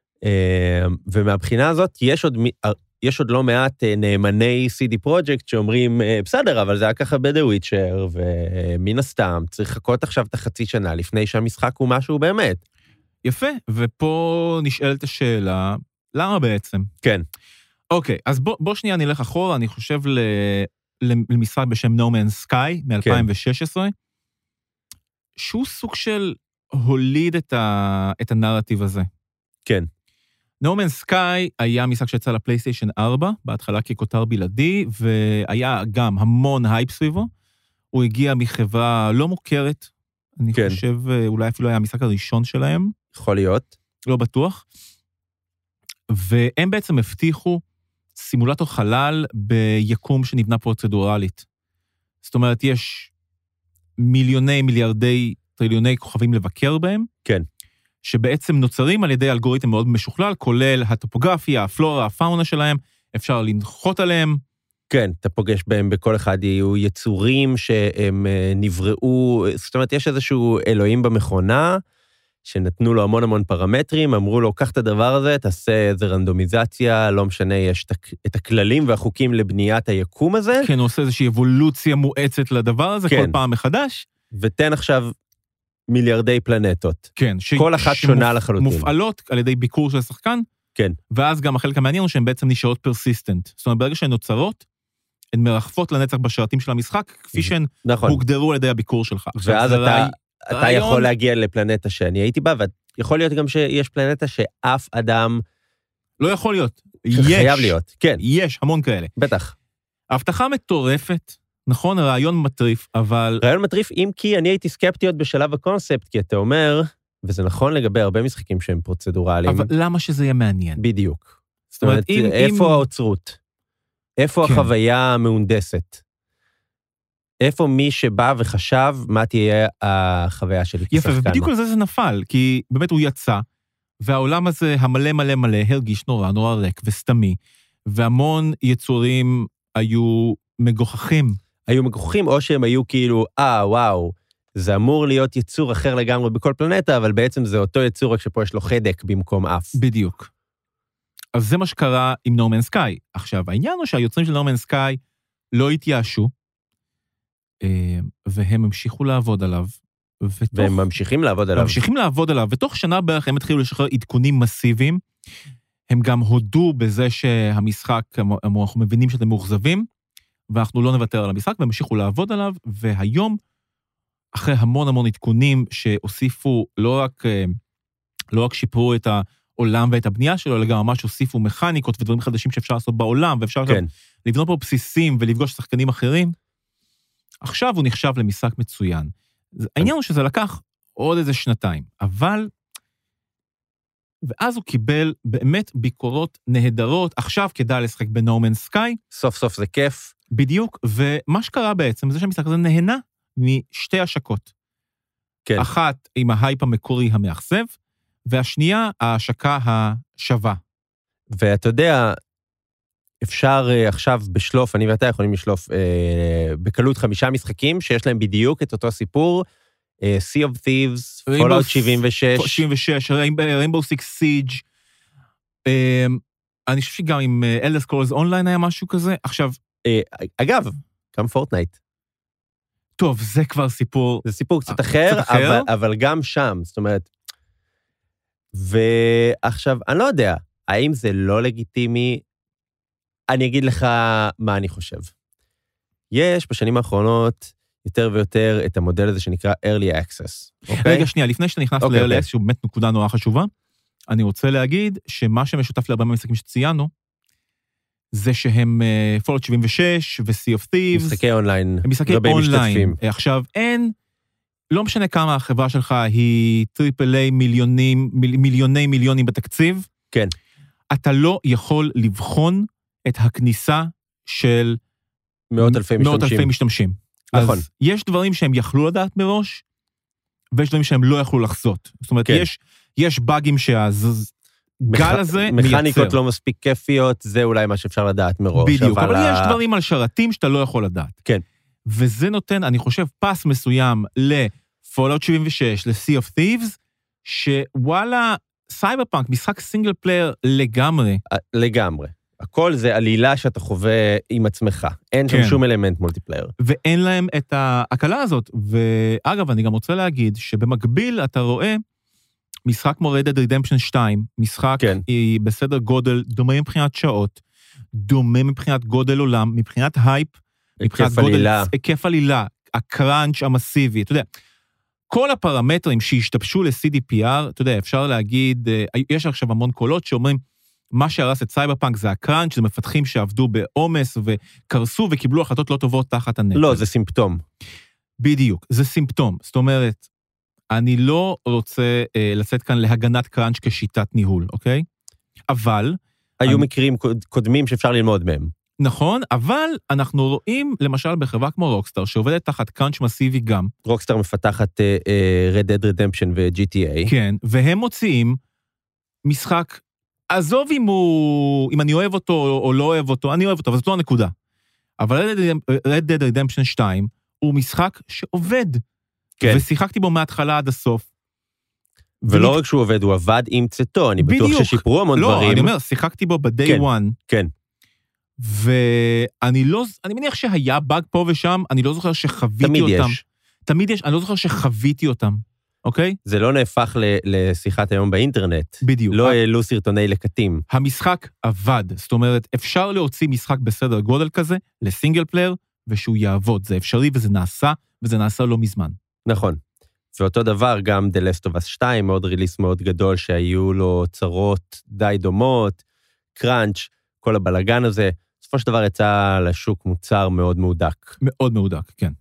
ומהבחינה הזאת, יש עוד, יש עוד לא מעט נאמני סי די Projekt שאומרים, בסדר, אבל זה היה ככה ב-The Witcher, ומן הסתם, צריך לחכות עכשיו את החצי שנה, לפני שהמשחק הוא משהו באמת. יפה, ופה נשאלת השאלה, למה בעצם? כן. אוקיי, אז בוא, בוא שנייה נלך אחורה, אני חושב ל... למשחק בשם No Man's Sky, מ-אלפיים ושש עשרה, כן. שהוא סוג של הוליד את, ה... את הנרטיב הזה. כן. No Man's Sky היה משחק שיצא לפלייסטיישן ארבע, בהתחלה ככותר בלעדי, והיה גם המון הייפ סביבו, הוא הגיע מחברה לא מוכרת, אני כן. חושב, אולי אפילו היה המשחק הראשון שלהם. יכול להיות. לא בטוח. והם בעצם הבטיחו סימולטור חלל ביקום שנבנה פרוצדורלית. זאת אומרת, יש מיליוני, מיליארדי, טריליוני כוכבים לבקר בהם. כן. שבעצם נוצרים על ידי אלגוריתם מאוד משוכלל, כולל הטופוגרפיה, הפלורה, הפאונה שלהם, אפשר לנחות עליהם. כן, אתה פוגש בהם, בכל אחד יהיו יצורים שהם נבראו, זאת אומרת, יש איזשהו אלוהים במכונה, שנתנו לו המון המון פרמטרים, אמרו לו, קח את הדבר הזה, תעשה איזו רנדומיזציה, לא משנה, יש את הכללים והחוקים לבניית היקום הזה. כן, הוא עושה איזושהי אבולוציה מואצת לדבר הזה, כן. כל פעם מחדש. ותן עכשיו מיליארדי פלנטות. כן. ש... כל אחת שונה לחלוטין. מופעלות על ידי ביקור של השחקן, כן. ואז גם החלק המעניין הוא שהן בעצם נשארות פרסיסטנט. זאת אומרת, ברגע שהן נוצרות, הן מרחפות לנצח בשרתים של המשחק, כפי שהן נכון. הוגדרו על ידי הביקור שלך. ואז אתה, רעי... אתה רעיון... יכול להגיע לפלנטה שאני הייתי בה, ויכול להיות גם שיש פלנטה שאף אדם... לא יכול להיות. חייב יש. להיות, כן. יש, המון כאלה. בטח. ההבטחה מטורפת, נכון, רעיון מטריף, אבל... רעיון מטריף, אם כי אני הייתי סקפטיות בשלב הקונספט, כי אתה אומר, וזה נכון לגבי הרבה משחקים שהם פרוצדורליים. אבל למה שזה יהיה מעניין? בדיוק. זאת אומרת, אם... איפה אם... האוצרות? איפה כן. החוויה המהונדסת? איפה מי שבא וחשב מה תהיה החוויה שלי כשחקן? יפה, ובדיוק על זה זה נפל, כי באמת הוא יצא, והעולם הזה המלא מלא מלא הרגיש נורא נורא ריק וסתמי, והמון יצורים היו מגוחכים. היו מגוחכים, או שהם היו כאילו, אה, וואו, זה אמור להיות יצור אחר לגמרי בכל פלנטה, אבל בעצם זה אותו יצור, רק שפה יש לו חדק במקום אף. בדיוק. אז זה מה שקרה עם No Man's Sky. עכשיו, העניין הוא שהיוצרים של No Man's Sky לא התייאשו, והם המשיכו לעבוד עליו. ותוך... והם ממשיכים לעבוד עליו. ממשיכים לעבוד עליו, ותוך שנה בערך הם התחילו לשחרר עדכונים מסיביים, הם גם הודו בזה שהמשחק, אנחנו מבינים שאתם מאוכזבים, ואנחנו לא נוותר על המשחק, והם המשיכו לעבוד עליו, והיום, אחרי המון המון עדכונים שהוסיפו, לא רק, לא רק שיפרו את העולם ואת הבנייה שלו, אלא גם ממש הוסיפו מכניקות ודברים חדשים שאפשר לעשות בעולם, ואפשר כן. לבנות פה בסיסים ולפגוש שחקנים אחרים. עכשיו הוא נחשב למשחק מצוין. העניין הוא שזה לקח עוד איזה שנתיים, אבל, ואז הוא קיבל באמת ביקורות נהדרות, עכשיו כדאי לשחק ב-No Man's Sky. סוף סוף זה כיף. בדיוק, ומה שקרה בעצם, זה שהמשחק הזה נהנה משתי השקות. כן. אחת עם ההייפ המקורי המאכזב, והשנייה, ההשקה השווה. ואתה יודע, אפשר עכשיו בשלוף, אני ואתה יכולים לשלוף אה, בקלות חמישה משחקים, שיש להם בדיוק את אותו סיפור, אה, Sea of Thieves, Fallout שבעים ושש. שבעים ושש, Rainbow Six Siege. אה, אני חושב שגם עם Elder Scrolls Online היה משהו כזה. עכשיו... אה, אגב, גם פורטנייט. טוב, זה כבר סיפור... זה סיפור קצת אחר, קצת אחר. אבל, אבל גם שם, זאת אומרת... ועכשיו, אני לא יודע, האם זה לא לגיטימי? אני אגיד לך מה אני חושב. יש בשנים האחרונות יותר ויותר את המודל הזה שנקרא Early Access. אוקיי? רגע, שנייה, לפני שאתה נכנס אוקיי, ל-Early אוקיי. Access, שהוא באמת נקודה נורא חשובה, אני רוצה להגיד שמה שמשותף להרבה מהמשחקים שציינו, זה שהם uh, Fallout שבעים ושש ו-Sea of Thieves. משחקי אונליין. משחקי אונליין. עכשיו, אין, לא משנה כמה החברה שלך היא טריפל איי מיליונים, מיל, מיליוני מיליונים בתקציב. כן. אתה לא יכול לבחון את הכניסה של מאות אלפי משתמשים. מאות אלפי משתמשים. נכון. אז יש דברים שהם יכלו לדעת מראש, ויש דברים שהם לא יכלו לחזות. זאת אומרת, כן. יש, יש באגים שהגל מח... הזה מייצר. מכניקות לא מספיק כיפיות, זה אולי מה שאפשר לדעת מראש. בדיוק, אבל, אבל ה... יש דברים על שרתים שאתה לא יכול לדעת. כן. וזה נותן, אני חושב, פס מסוים ל-Fallout שבעים ושש, ל-Sea of Thieves, שוואלה, סייברפאנק, משחק סינגל פלייר לגמרי. לגמרי. הכל זה עלילה שאתה חווה עם עצמך. אין כן. שם שום אלמנט מולטיפלייר. ואין להם את ההקלה הזאת. ואגב, אני גם רוצה להגיד שבמקביל אתה רואה משחק כמו Red Dead Redemption שתיים, משחק כן. היא בסדר גודל דומה מבחינת שעות, דומה מבחינת גודל עולם, מבחינת הייפ, מבחינת גודל, עלילה. היקף עלילה, הקראנץ' המסיבי, אתה יודע, כל הפרמטרים שהשתבשו ל-סי די פי אר, אתה יודע, אפשר להגיד, יש עכשיו המון קולות שאומרים, מה שהרס את סייברפאנק זה הקראנץ', זה מפתחים שעבדו בעומס וקרסו וקיבלו החלטות לא טובות תחת הנטל. לא, זה סימפטום. בדיוק, זה סימפטום. זאת אומרת, אני לא רוצה אה, לצאת כאן להגנת קראנץ' כשיטת ניהול, אוקיי? אבל... היו אני... מקרים קודמים שאפשר ללמוד מהם. נכון, אבל אנחנו רואים, למשל, בחברה כמו רוקסטאר, שעובדת תחת קראנץ' מסיבי גם. רוקסטאר מפתחת uh, uh, Red Dead Redemption ו-ג'י טי איי. כן, והם מוציאים משחק, עזוב אם הוא, אם אני אוהב אותו או לא אוהב אותו, אני אוהב אותו, אבל זאת לא הנקודה. אבל Red Dead Redemption שתיים הוא משחק שעובד. כן. ושיחקתי בו מההתחלה עד הסוף. ולא רק שהוא עובד, הוא עבד עם צאתו, אני בטוח בדיוק. ששיפרו המון לא, דברים. לא, אני אומר, שיחקתי בו ב-day כן, one. כן. ואני לא, אני מניח שהיה באג פה ושם, אני לא זוכר שחוויתי תמיד אותם. יש. תמיד יש, אני לא זוכר שחוויתי אותם. אוקיי? זה לא נהפך לשיחת היום באינטרנט. בדיוק. לא העלו סרטוני לקטים. המשחק עבד, זאת אומרת, אפשר להוציא משחק בסדר גודל כזה, לסינגל פלייר, ושהוא יעבוד. זה אפשרי וזה נעשה, וזה נעשה לא מזמן. נכון. ואותו דבר, גם The Last of Us שתיים, מאוד ריליס מאוד גדול, שהיו לו צרות די דומות, קראנץ', כל הבלגן הזה, בסופו של דבר יצא לשוק מוצר מאוד מהודק. מאוד מהודק, כן.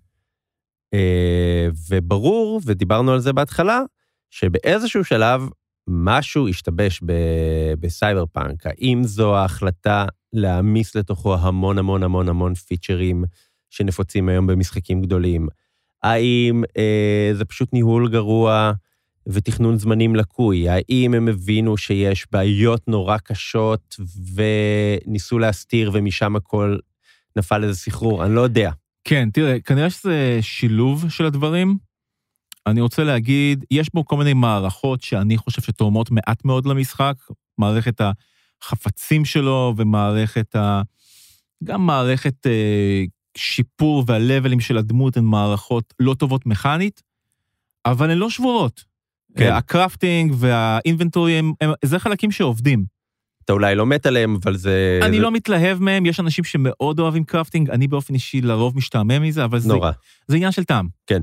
וברור, ודיברנו על זה בהתחלה, שבאיזשהו שלב משהו השתבש בסייבר פאנק. האם זו ההחלטה להעמיס לתוכו המון המון המון המון פיצ'רים שנפוצים היום במשחקים גדולים? האם אה, זה פשוט ניהול גרוע ותכנון זמנים לקוי? האם הם הבינו שיש בעיות נורא קשות וניסו להסתיר ומשם הכל נפל איזה סחרור? אני לא יודע. כן, תראה, כנראה שזה שילוב של הדברים. אני רוצה להגיד, יש בו כל מיני מערכות שאני חושב שתורמות מעט מאוד למשחק, מערכת החפצים שלו ומערכת ה... גם מערכת אה, שיפור והלבלים של הדמות הן מערכות לא טובות מכנית, אבל הן לא שבורות. כן. הקראפטינג והאינבנטורי, הם, הם, זה חלקים שעובדים. אתה אולי לא מת עליהם, אבל זה... אני זה... לא מתלהב מהם, יש אנשים שמאוד אוהבים קראפטינג, אני באופן אישי לרוב משתעמם מזה, אבל זה, זה עניין של טעם. כן.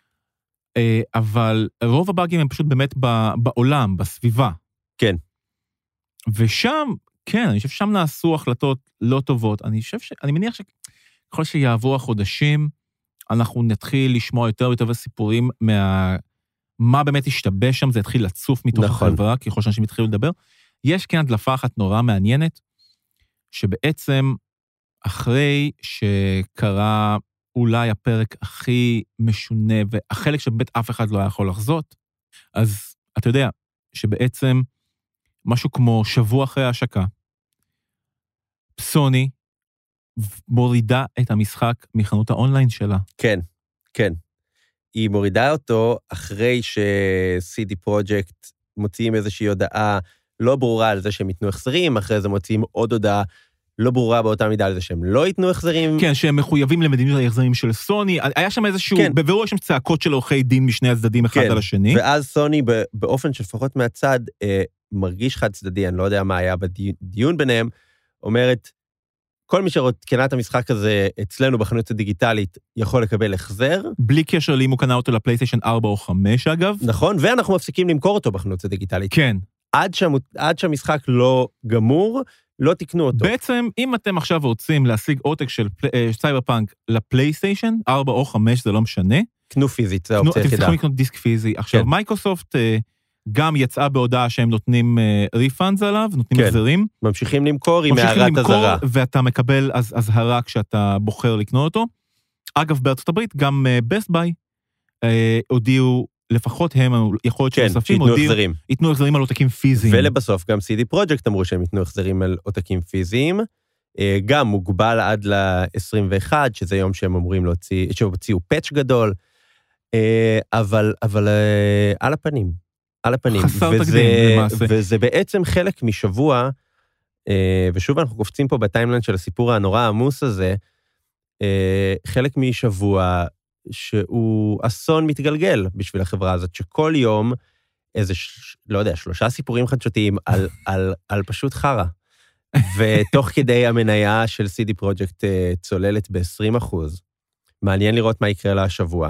אבל רוב הבאגים הם פשוט באמת בעולם, בסביבה. כן. ושם, כן, אני חושב ששם נעשו החלטות לא טובות. אני חושב ש... אני מניח שככל שיעברו החודשים, אנחנו נתחיל לשמוע יותר ויותר סיפורים מה... מה באמת השתבש שם, זה התחיל לצוף מתוך נכון. החברה, ככל שאנשים התחילו לדבר. יש כן הדלפה אחת נורא מעניינת, שבעצם אחרי שקרה אולי הפרק הכי משונה, והחלק שבאמת אף אחד לא היה יכול לחזות, אז אתה יודע שבעצם משהו כמו שבוע אחרי ההשקה, סוני מורידה את המשחק מחנות האונליין שלה. כן, כן. היא מורידה אותו אחרי ש-סי די Projekt מוציאים איזושהי הודעה לא ברורה על זה שהם ייתנו החזרים, אחרי זה מוציאים עוד הודעה לא ברורה באותה מידה על זה שהם לא ייתנו החזרים. כן, שהם מחויבים למדיניות ההחזרים של סוני. היה שם איזשהו, כן. בבירור יש שם צעקות של עורכי דין משני הצדדים אחד כן. על השני. ואז סוני באופן שלפחות מהצד אה, מרגיש חד צדדי, אני לא יודע מה היה בדיון ביניהם, אומרת, כל מי שקנה את המשחק הזה אצלנו בחנות הדיגיטלית יכול לקבל החזר. בלי קשר לאם הוא קנה אותו לפלייסטיישן ארבע או חמש אגב. נכון, ואנחנו מפסיקים למכור אותו בחנות הדיגיטלית. כן. עד, שם, עד שהמשחק לא גמור, לא תקנו אותו. בעצם, אם אתם עכשיו רוצים להשיג עותק של סייבר פאנק לפלייסטיישן, ארבע או חמש, זה לא משנה. קנו פיזית, זה האופציה היחידה. אתם צריכים לקנות דיסק פיזי. עכשיו, מייקרוסופט גם יצאה בהודעה שהם נותנים ריפאנדס עליו, נותנים החזרים. ממשיכים למכור עם הערת הזרה. ואתה מקבל הזהרה כשאתה בוחר לקנות אותו. אגב, בארצות הברית, גם בסט ביי הודיעו, לפחות הם, יכול להיות שנוספים, כן, שיתנו החזרים. ייתנו החזרים על עותקים פיזיים. ולבסוף גם סי די Projekt אמרו שהם ייתנו החזרים על עותקים פיזיים, גם מוגבל עד ל-עשרים ואחד, שזה יום שהם אומרים להוציא, שהוציאו פאץ' גדול, אבל, אבל על הפנים, על הפנים. חסר וזה, תקדים למעשה. וזה בעצם חלק משבוע, ושוב אנחנו קופצים פה בטיימליין של הסיפור הנורא העמוס הזה, חלק משבוע, שהוא אסון מתגלגל בשביל החברה הזאת, שכל יום איזה, לא יודע, שלושה סיפורים חדשותיים על, על, על פשוט חרה. ותוך כדי המניה של סי די Projekt צוללת ב-עשרים אחוז. מעניין לראות מה יקרה לה השבוע.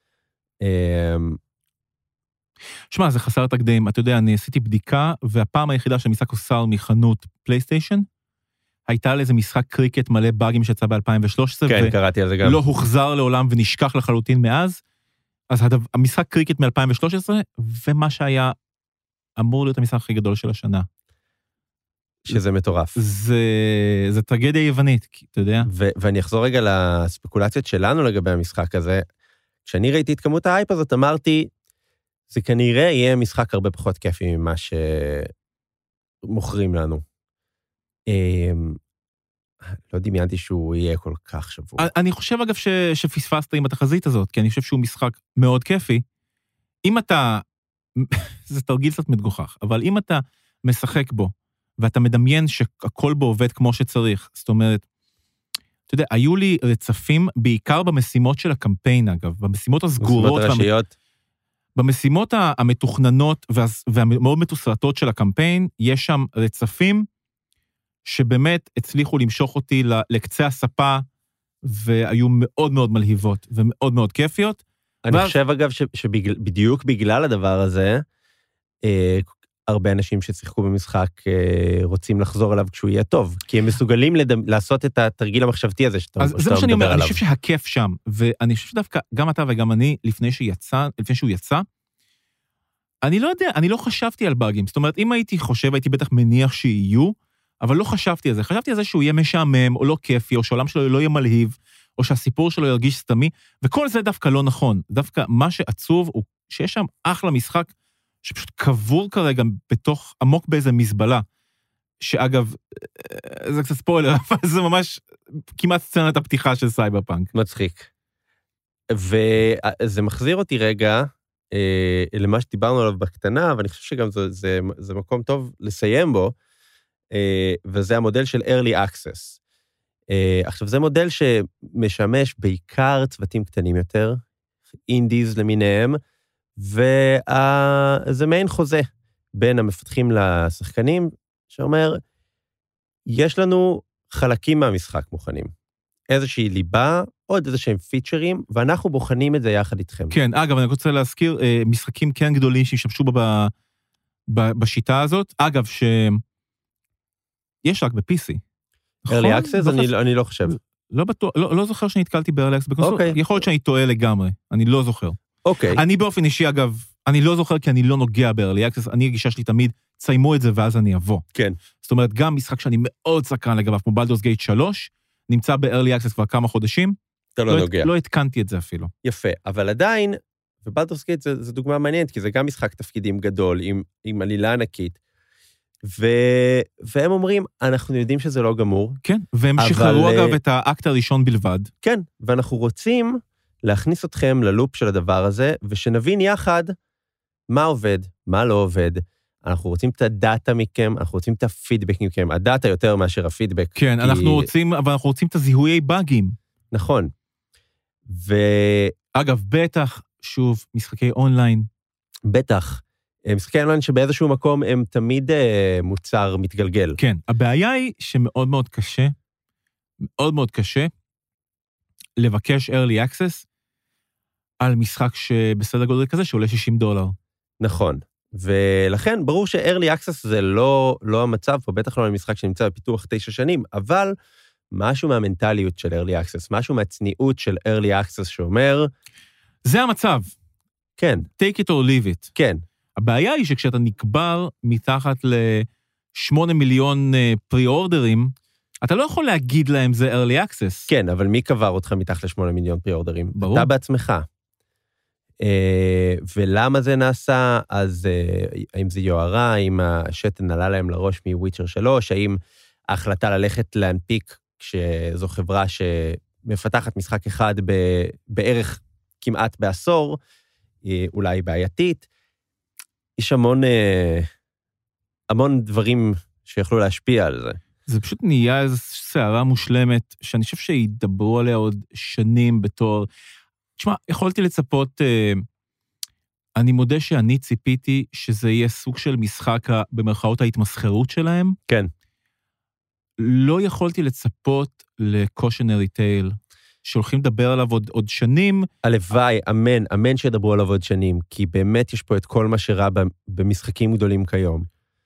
שמע, זה חסר תקדים. אתה יודע, אני עשיתי בדיקה, והפעם היחידה שהמשחק הוסר מחנות פלייסטיישן, הייתה לאיזה משחק קריקט מלא באגים שיצא ב-אלפיים ושלוש עשרה, כן, קראתי על זה גם. לא הוחזר לעולם ונשכח לחלוטין מאז. אז המשחק קריקט מ-אלפיים ושלוש עשרה, ומה שהיה אמור להיות המשחק הכי גדול של השנה. שזה מטורף. זה, זה טרגדיה יוונית, אתה יודע. ו- ואני אחזור רגע לספקולציות שלנו לגבי המשחק הזה. כשאני ראיתי את כמות ההייפ הזאת, אמרתי, זה כנראה יהיה משחק הרבה פחות כיפי ממה שמוכרים לנו. לא דמיינתי שהוא יהיה כל כך שבוע. אני חושב אגב ש, שפספסת עם התחזית הזאת, כי אני חושב שהוא משחק מאוד כיפי. אם אתה, זה תרגיל קצת מגוחך, אבל אם אתה משחק בו, ואתה מדמיין שהכל בו עובד כמו שצריך, זאת אומרת, אתה יודע, היו לי רצפים בעיקר במשימות של הקמפיין, אגב, במשימות הסגורות. משימות ראשיות. במשימות המתוכננות והמאוד מתוסרטות של הקמפיין, יש שם רצפים שבאמת הצליחו למשוך אותי לקצה הספה, והיו מאוד מאוד מלהיבות ומאוד מאוד כיפיות. אני חושב אגב שבדיוק בגלל הדבר הזה, הרבה אנשים ששיחקו במשחק רוצים לחזור אליו כשהוא יהיה טוב, כי הם מסוגלים לעשות את התרגיל המחשבתי הזה שאתה מדבר עליו. אז זה מה שאני אומר, אני חושב שהכיף שם, ואני חושב שדווקא גם אתה וגם אני, לפני שיצא, לפני שהוא יצא, אני לא יודע, אני לא חשבתי על באגים, זאת אומרת, אם הייתי חושב, הייתי בטח מניח שיהיו, אבל לא חשבתי על זה, חשבתי על זה שהוא יהיה משעמם, או לא כיפי, או שהעולם שלו לא יהיה מלהיב, או שהסיפור שלו ירגיש סתמי, וכל זה דווקא לא נכון, דווקא מה שעצוב הוא שיש שם אחלה משחק, שפשוט קבור כרגע בתוך, עמוק באיזה מזבלה, שאגב, זה קצת ספוילר, אבל זה ממש כמעט סצנת הפתיחה של סייבר פאנק. מצחיק. וזה מחזיר אותי רגע, למה שדיברנו עליו בקטנה, ואני חושב שגם זה, זה, זה מקום טוב לסיים בו, וזה המודל של Early Access. עכשיו, זה מודל שמשמש בעיקר צוותים קטנים יותר, אינדיז למיניהם, וזה מעין חוזה בין המפתחים לשחקנים, שאומר, יש לנו חלקים מהמשחק מוכנים, איזושהי ליבה, עוד איזשהם פיצ'רים, ואנחנו בוחנים את זה יחד איתכם. כן, אגב, אני רוצה להזכיר, משחקים כן גדולים שישתמשו ב, ב, בשיטה הזאת, אגב, שיש רק ב-פי סי. Early Access? אני, אני לא חושב. לא בטוח, לא, לא זוכר שנתקלתי ב-Early Access בקונסול, okay. יכול להיות שאני טועה לגמרי, אני לא זוכר. אוקיי. אני באופן אישי, אגב, אני לא זוכר כי אני לא נוגע ב-Early Access, אני הגישה שלי תמיד, ציימו את זה ואז אני אבוא. כן. זאת אומרת, גם משחק שאני מאוד סקרן לגביו, כמו בלדורס גייט שלוש, נמצא ב-Early Access כבר כמה חודשים. אתה לא, לא נוגע. לא התקנתי את זה אפילו. יפה, אבל עדיין, ובלדורס גייט זה, זה דוגמה מעניינת, כי זה גם משחק תפקידים גדול, עם, עם עלילה ענקית, ו... והם אומרים, אנחנו יודעים שזה לא גמור. כן, והם אבל... שחררו אגב את האקט הראשון בלבד. כן, ואנחנו רוצים להכניס אתכם ללופ של הדבר הזה, ושנבין יחד מה עובד, מה לא עובד. אנחנו רוצים את הדאטה מכם, אנחנו רוצים את הפידבק מכם, הדאטה יותר מאשר הפידבק. כן, כי... אנחנו רוצים, אבל אנחנו רוצים את הזיהויי באגים. נכון. ו... אגב, בטח, שוב, משחקי אונליין. בטח. משחקי אונליין שבאיזשהו מקום הם תמיד אה, מוצר מתגלגל. כן, הבעיה היא שמאוד מאוד קשה, מאוד מאוד קשה, לבקש early access על משחק שבסדר גודל כזה שעולה שישים דולר. נכון, ולכן ברור ש-early access זה לא, לא המצב פה, בטח לא למשחק שנמצא בפיתוח תשע שנים, אבל משהו מהמנטליות של early access, משהו מהצניעות של early access שאומר... זה המצב. כן. Take it or leave it. כן. הבעיה היא שכשאתה נקבר מתחת לשמונה מיליון פרי-אורדרים, אתה לא יכול להגיד להם זה early access. כן, אבל מי קבר אותך מתחת לשמונה מיליון פרי-אורדרים? ברור. אתה בעצמך. ולמה זה נעשה? אז האם זה יוערה, האם השתן עלה להם לראש מוויצ'ר שלוש, האם ההחלטה ללכת להנפיק, כשזו חברה שמפתחת משחק אחד בערך כמעט בעשור, אולי בעייתית, יש המון, המון דברים שיכולו להשפיע על זה. זה פשוט נהיה איזו שערה מושלמת, שאני חושב שידברו עליה עוד שנים בתור... תשמע, יכולתי לצפות, אני מודה שאני ציפיתי שזה יהיה סוג של משחק במרכאות ההתמסחרות שלהם. כן. לא יכולתי לצפות לקושנרי טייל, שהולכים לדבר עליו עוד, עוד שנים. הלוואי, אמן, אמן שידברו עליו עוד שנים, כי באמת יש פה את כל מה שרע במשחקים גדולים כיום.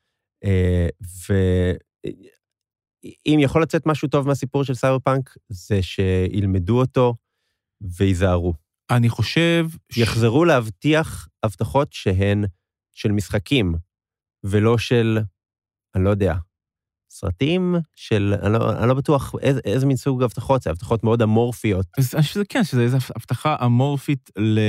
ואם יכול לצאת משהו טוב מהסיפור של סייבר פאנק, זה שילמדו אותו ויזהרו. אני חושב... יחזרו להבטיח הבטחות שהן של משחקים, ולא של, אני לא יודע, סרטים של, אני לא, אני לא בטוח איזה, איזה מין סוג הבטחות, זה הבטחות מאוד אמורפיות. אז אני חושב שזה כן, שזה איזו הבטחה אמורפית ל...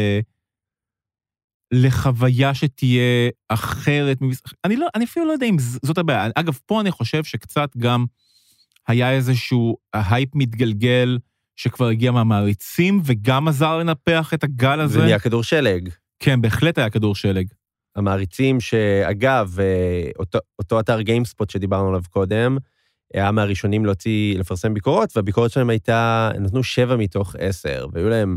לחוויה שתהיה אחרת. אני, לא, אני אפילו לא יודע אם זאת הבעיה. אגב, פה אני חושב שקצת גם היה איזשהו הייפ מתגלגל, שכבר הגיע מהמעריצים, וגם עזר לנפח את הגל הזה. זה נהיה כדור שלג. כן, בהחלט היה כדור שלג. המעריצים שאגב, אותו, אותו אתר גיימספוט שדיברנו עליו קודם, היה מהראשונים להוציא, לפרסם ביקורות, והביקורת שלהם הייתה, נתנו שבע מתוך עשר, והיו להם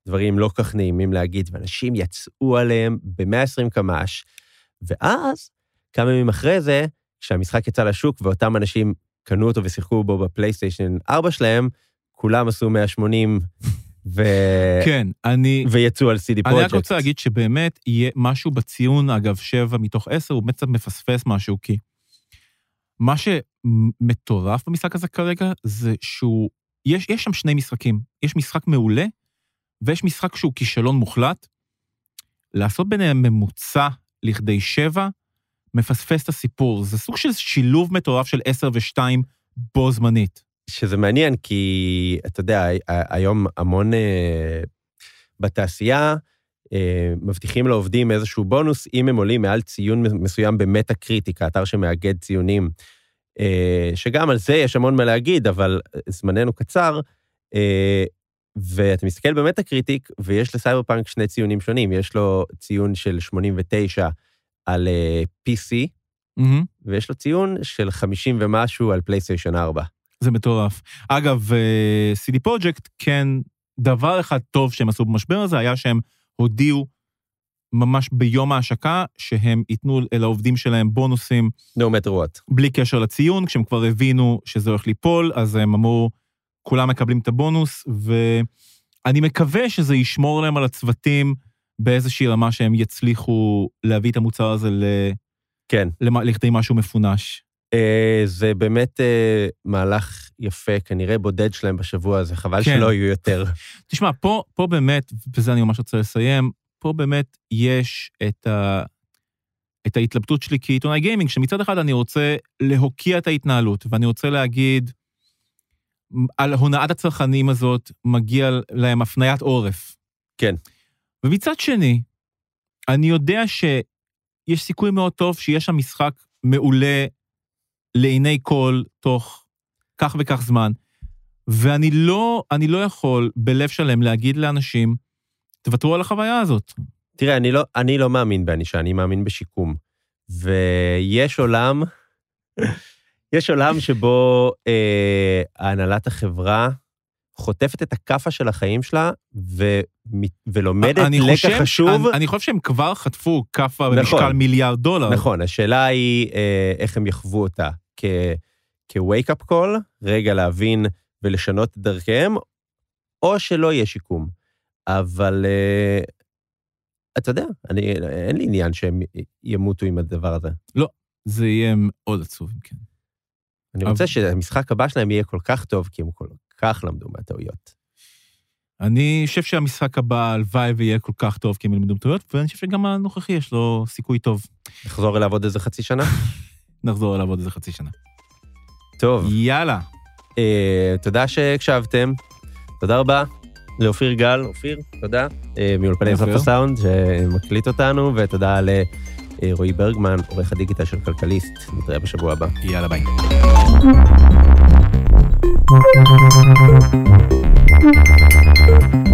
דברים לא כך נעימים להגיד, ואנשים יצאו עליהם ב-מאה ועשרים קמ"ש, ואז, כמה ימים אחרי זה, כשהמשחק יצא לשוק, ואותם אנשים קנו אותו ושיחקו בו בפלייסטיישן ארבע שלהם, כולם עשו מאה ושמונים, ו... כן, אני... ויצאו על סי די פרוג'קט. אני רק רוצה להגיד שבאמת יהיה משהו בציון, אגב, שבע מתוך עשר, הוא קצת מפספס משהו, כי מה שמטורף במשחק הזה כרגע, זה שהוא... יש, יש שם שני משחקים. יש משחק מעולה, ויש משחק שהוא כישלון מוחלט. לעשות ביניהם ממוצע לכדי שבע, מפספס את הסיפור. זה סוג של שילוב מטורף של עשר ושתיים בו זמנית. שזה מעניין, כי אתה יודע, היום המון אה, בתעשייה, אה, מבטיחים לעובדים איזשהו בונוס, אם הם עולים מעל ציון מסוים במטה קריטיק, האתר שמאגד ציונים, אה, שגם על זה יש המון מה להגיד, אבל זמננו קצר, אה, ואתה מסתכל במטה קריטיק, ויש לסייבר פאנק שני ציונים שונים, יש לו ציון של שמונים ותשע על אה, פי סי, Mm-hmm. ויש לו ציון של חמישים ומשהו על פלייסטיישן ארבע. זה מטורף. אגב, סי די פרוג'קט, כן, דבר אחד טוב שהם עשו במשבר הזה, היה שהם הודיעו ממש ביום ההשקה, שהם ייתנו אל העובדים שלהם בונוסים. No matter what. בלי קשר לציון, כשהם כבר הבינו שזה הולך ליפול, אז הם אמרו, כולם מקבלים את הבונוס, ואני מקווה שזה ישמור להם על הצוותים, באיזושהי רמה שהם יצליחו להביא את המוצר הזה ל... כן. לכדי משהו מפונש. זה באמת מהלך יפה, כנראה בודד שלהם בשבוע הזה, חבל כן. שלא יהיו יותר. תשמע, פה, פה באמת, וזה אני ממש רוצה לסיים, פה באמת יש את, ה, את ההתלבטות שלי כעיתונאי גיימינג, שמצד אחד אני רוצה להוקיע את ההתנהלות, ואני רוצה להגיד, על הונאת הצרכנים הזאת מגיע להם הפניית עורף. כן. ומצד שני, אני יודע שיש סיכוי מאוד טוב שיש שם משחק מעולה לעיני כל תוך כך וכך זמן, ואני לא, אני לא יכול בלב שלם להגיד לאנשים, תוותרו על החוויה הזאת. תראה, אני לא, אני לא מאמין בענישה, אני מאמין בשיקום. ויש עולם, יש עולם שבו אה, הנהלת החברה חוטפת את הכפה של החיים שלה, ו, ולומדת לקח חשוב. אני, אני חושב שהם כבר חטפו כפה במשקל נכון, מיליארד דולר. נכון, השאלה היא אה, איך הם יחוו אותה, כ, כ-wake-up call, רגע להבין ולשנות את דרכיהם, או שלא יהיה שיקום. אבל אה, אתה יודע, אני, אין לי עניין שהם ימותו עם הדבר הזה. לא, זה יהיה מאוד עצוב, כן. אני רוצה שהמשחק הבא שלהם יהיה כל כך טוב, כי הם כל כך למדו מהטעויות. אני חושב שהמשחק הבא הלוואי ויהיה כל כך טוב, כי הם למדו מהטעויות, ואני חושב שגם הנוכחי יש לו סיכוי טוב. נחזור אליו עוד איזה חצי שנה? נחזור אליו עוד איזה חצי שנה. טוב. יאללה. אה, תודה שהקשבתם. תודה רבה לאופיר גל. אופיר, תודה. אה, מאולפני סוף הסאונד שמקליט אותנו, ותודה ל... רועי ברגמן, עורך הדיגיטל של כלכליסט, נתראה בשבוע הבא. יאללה ביי. Thank you.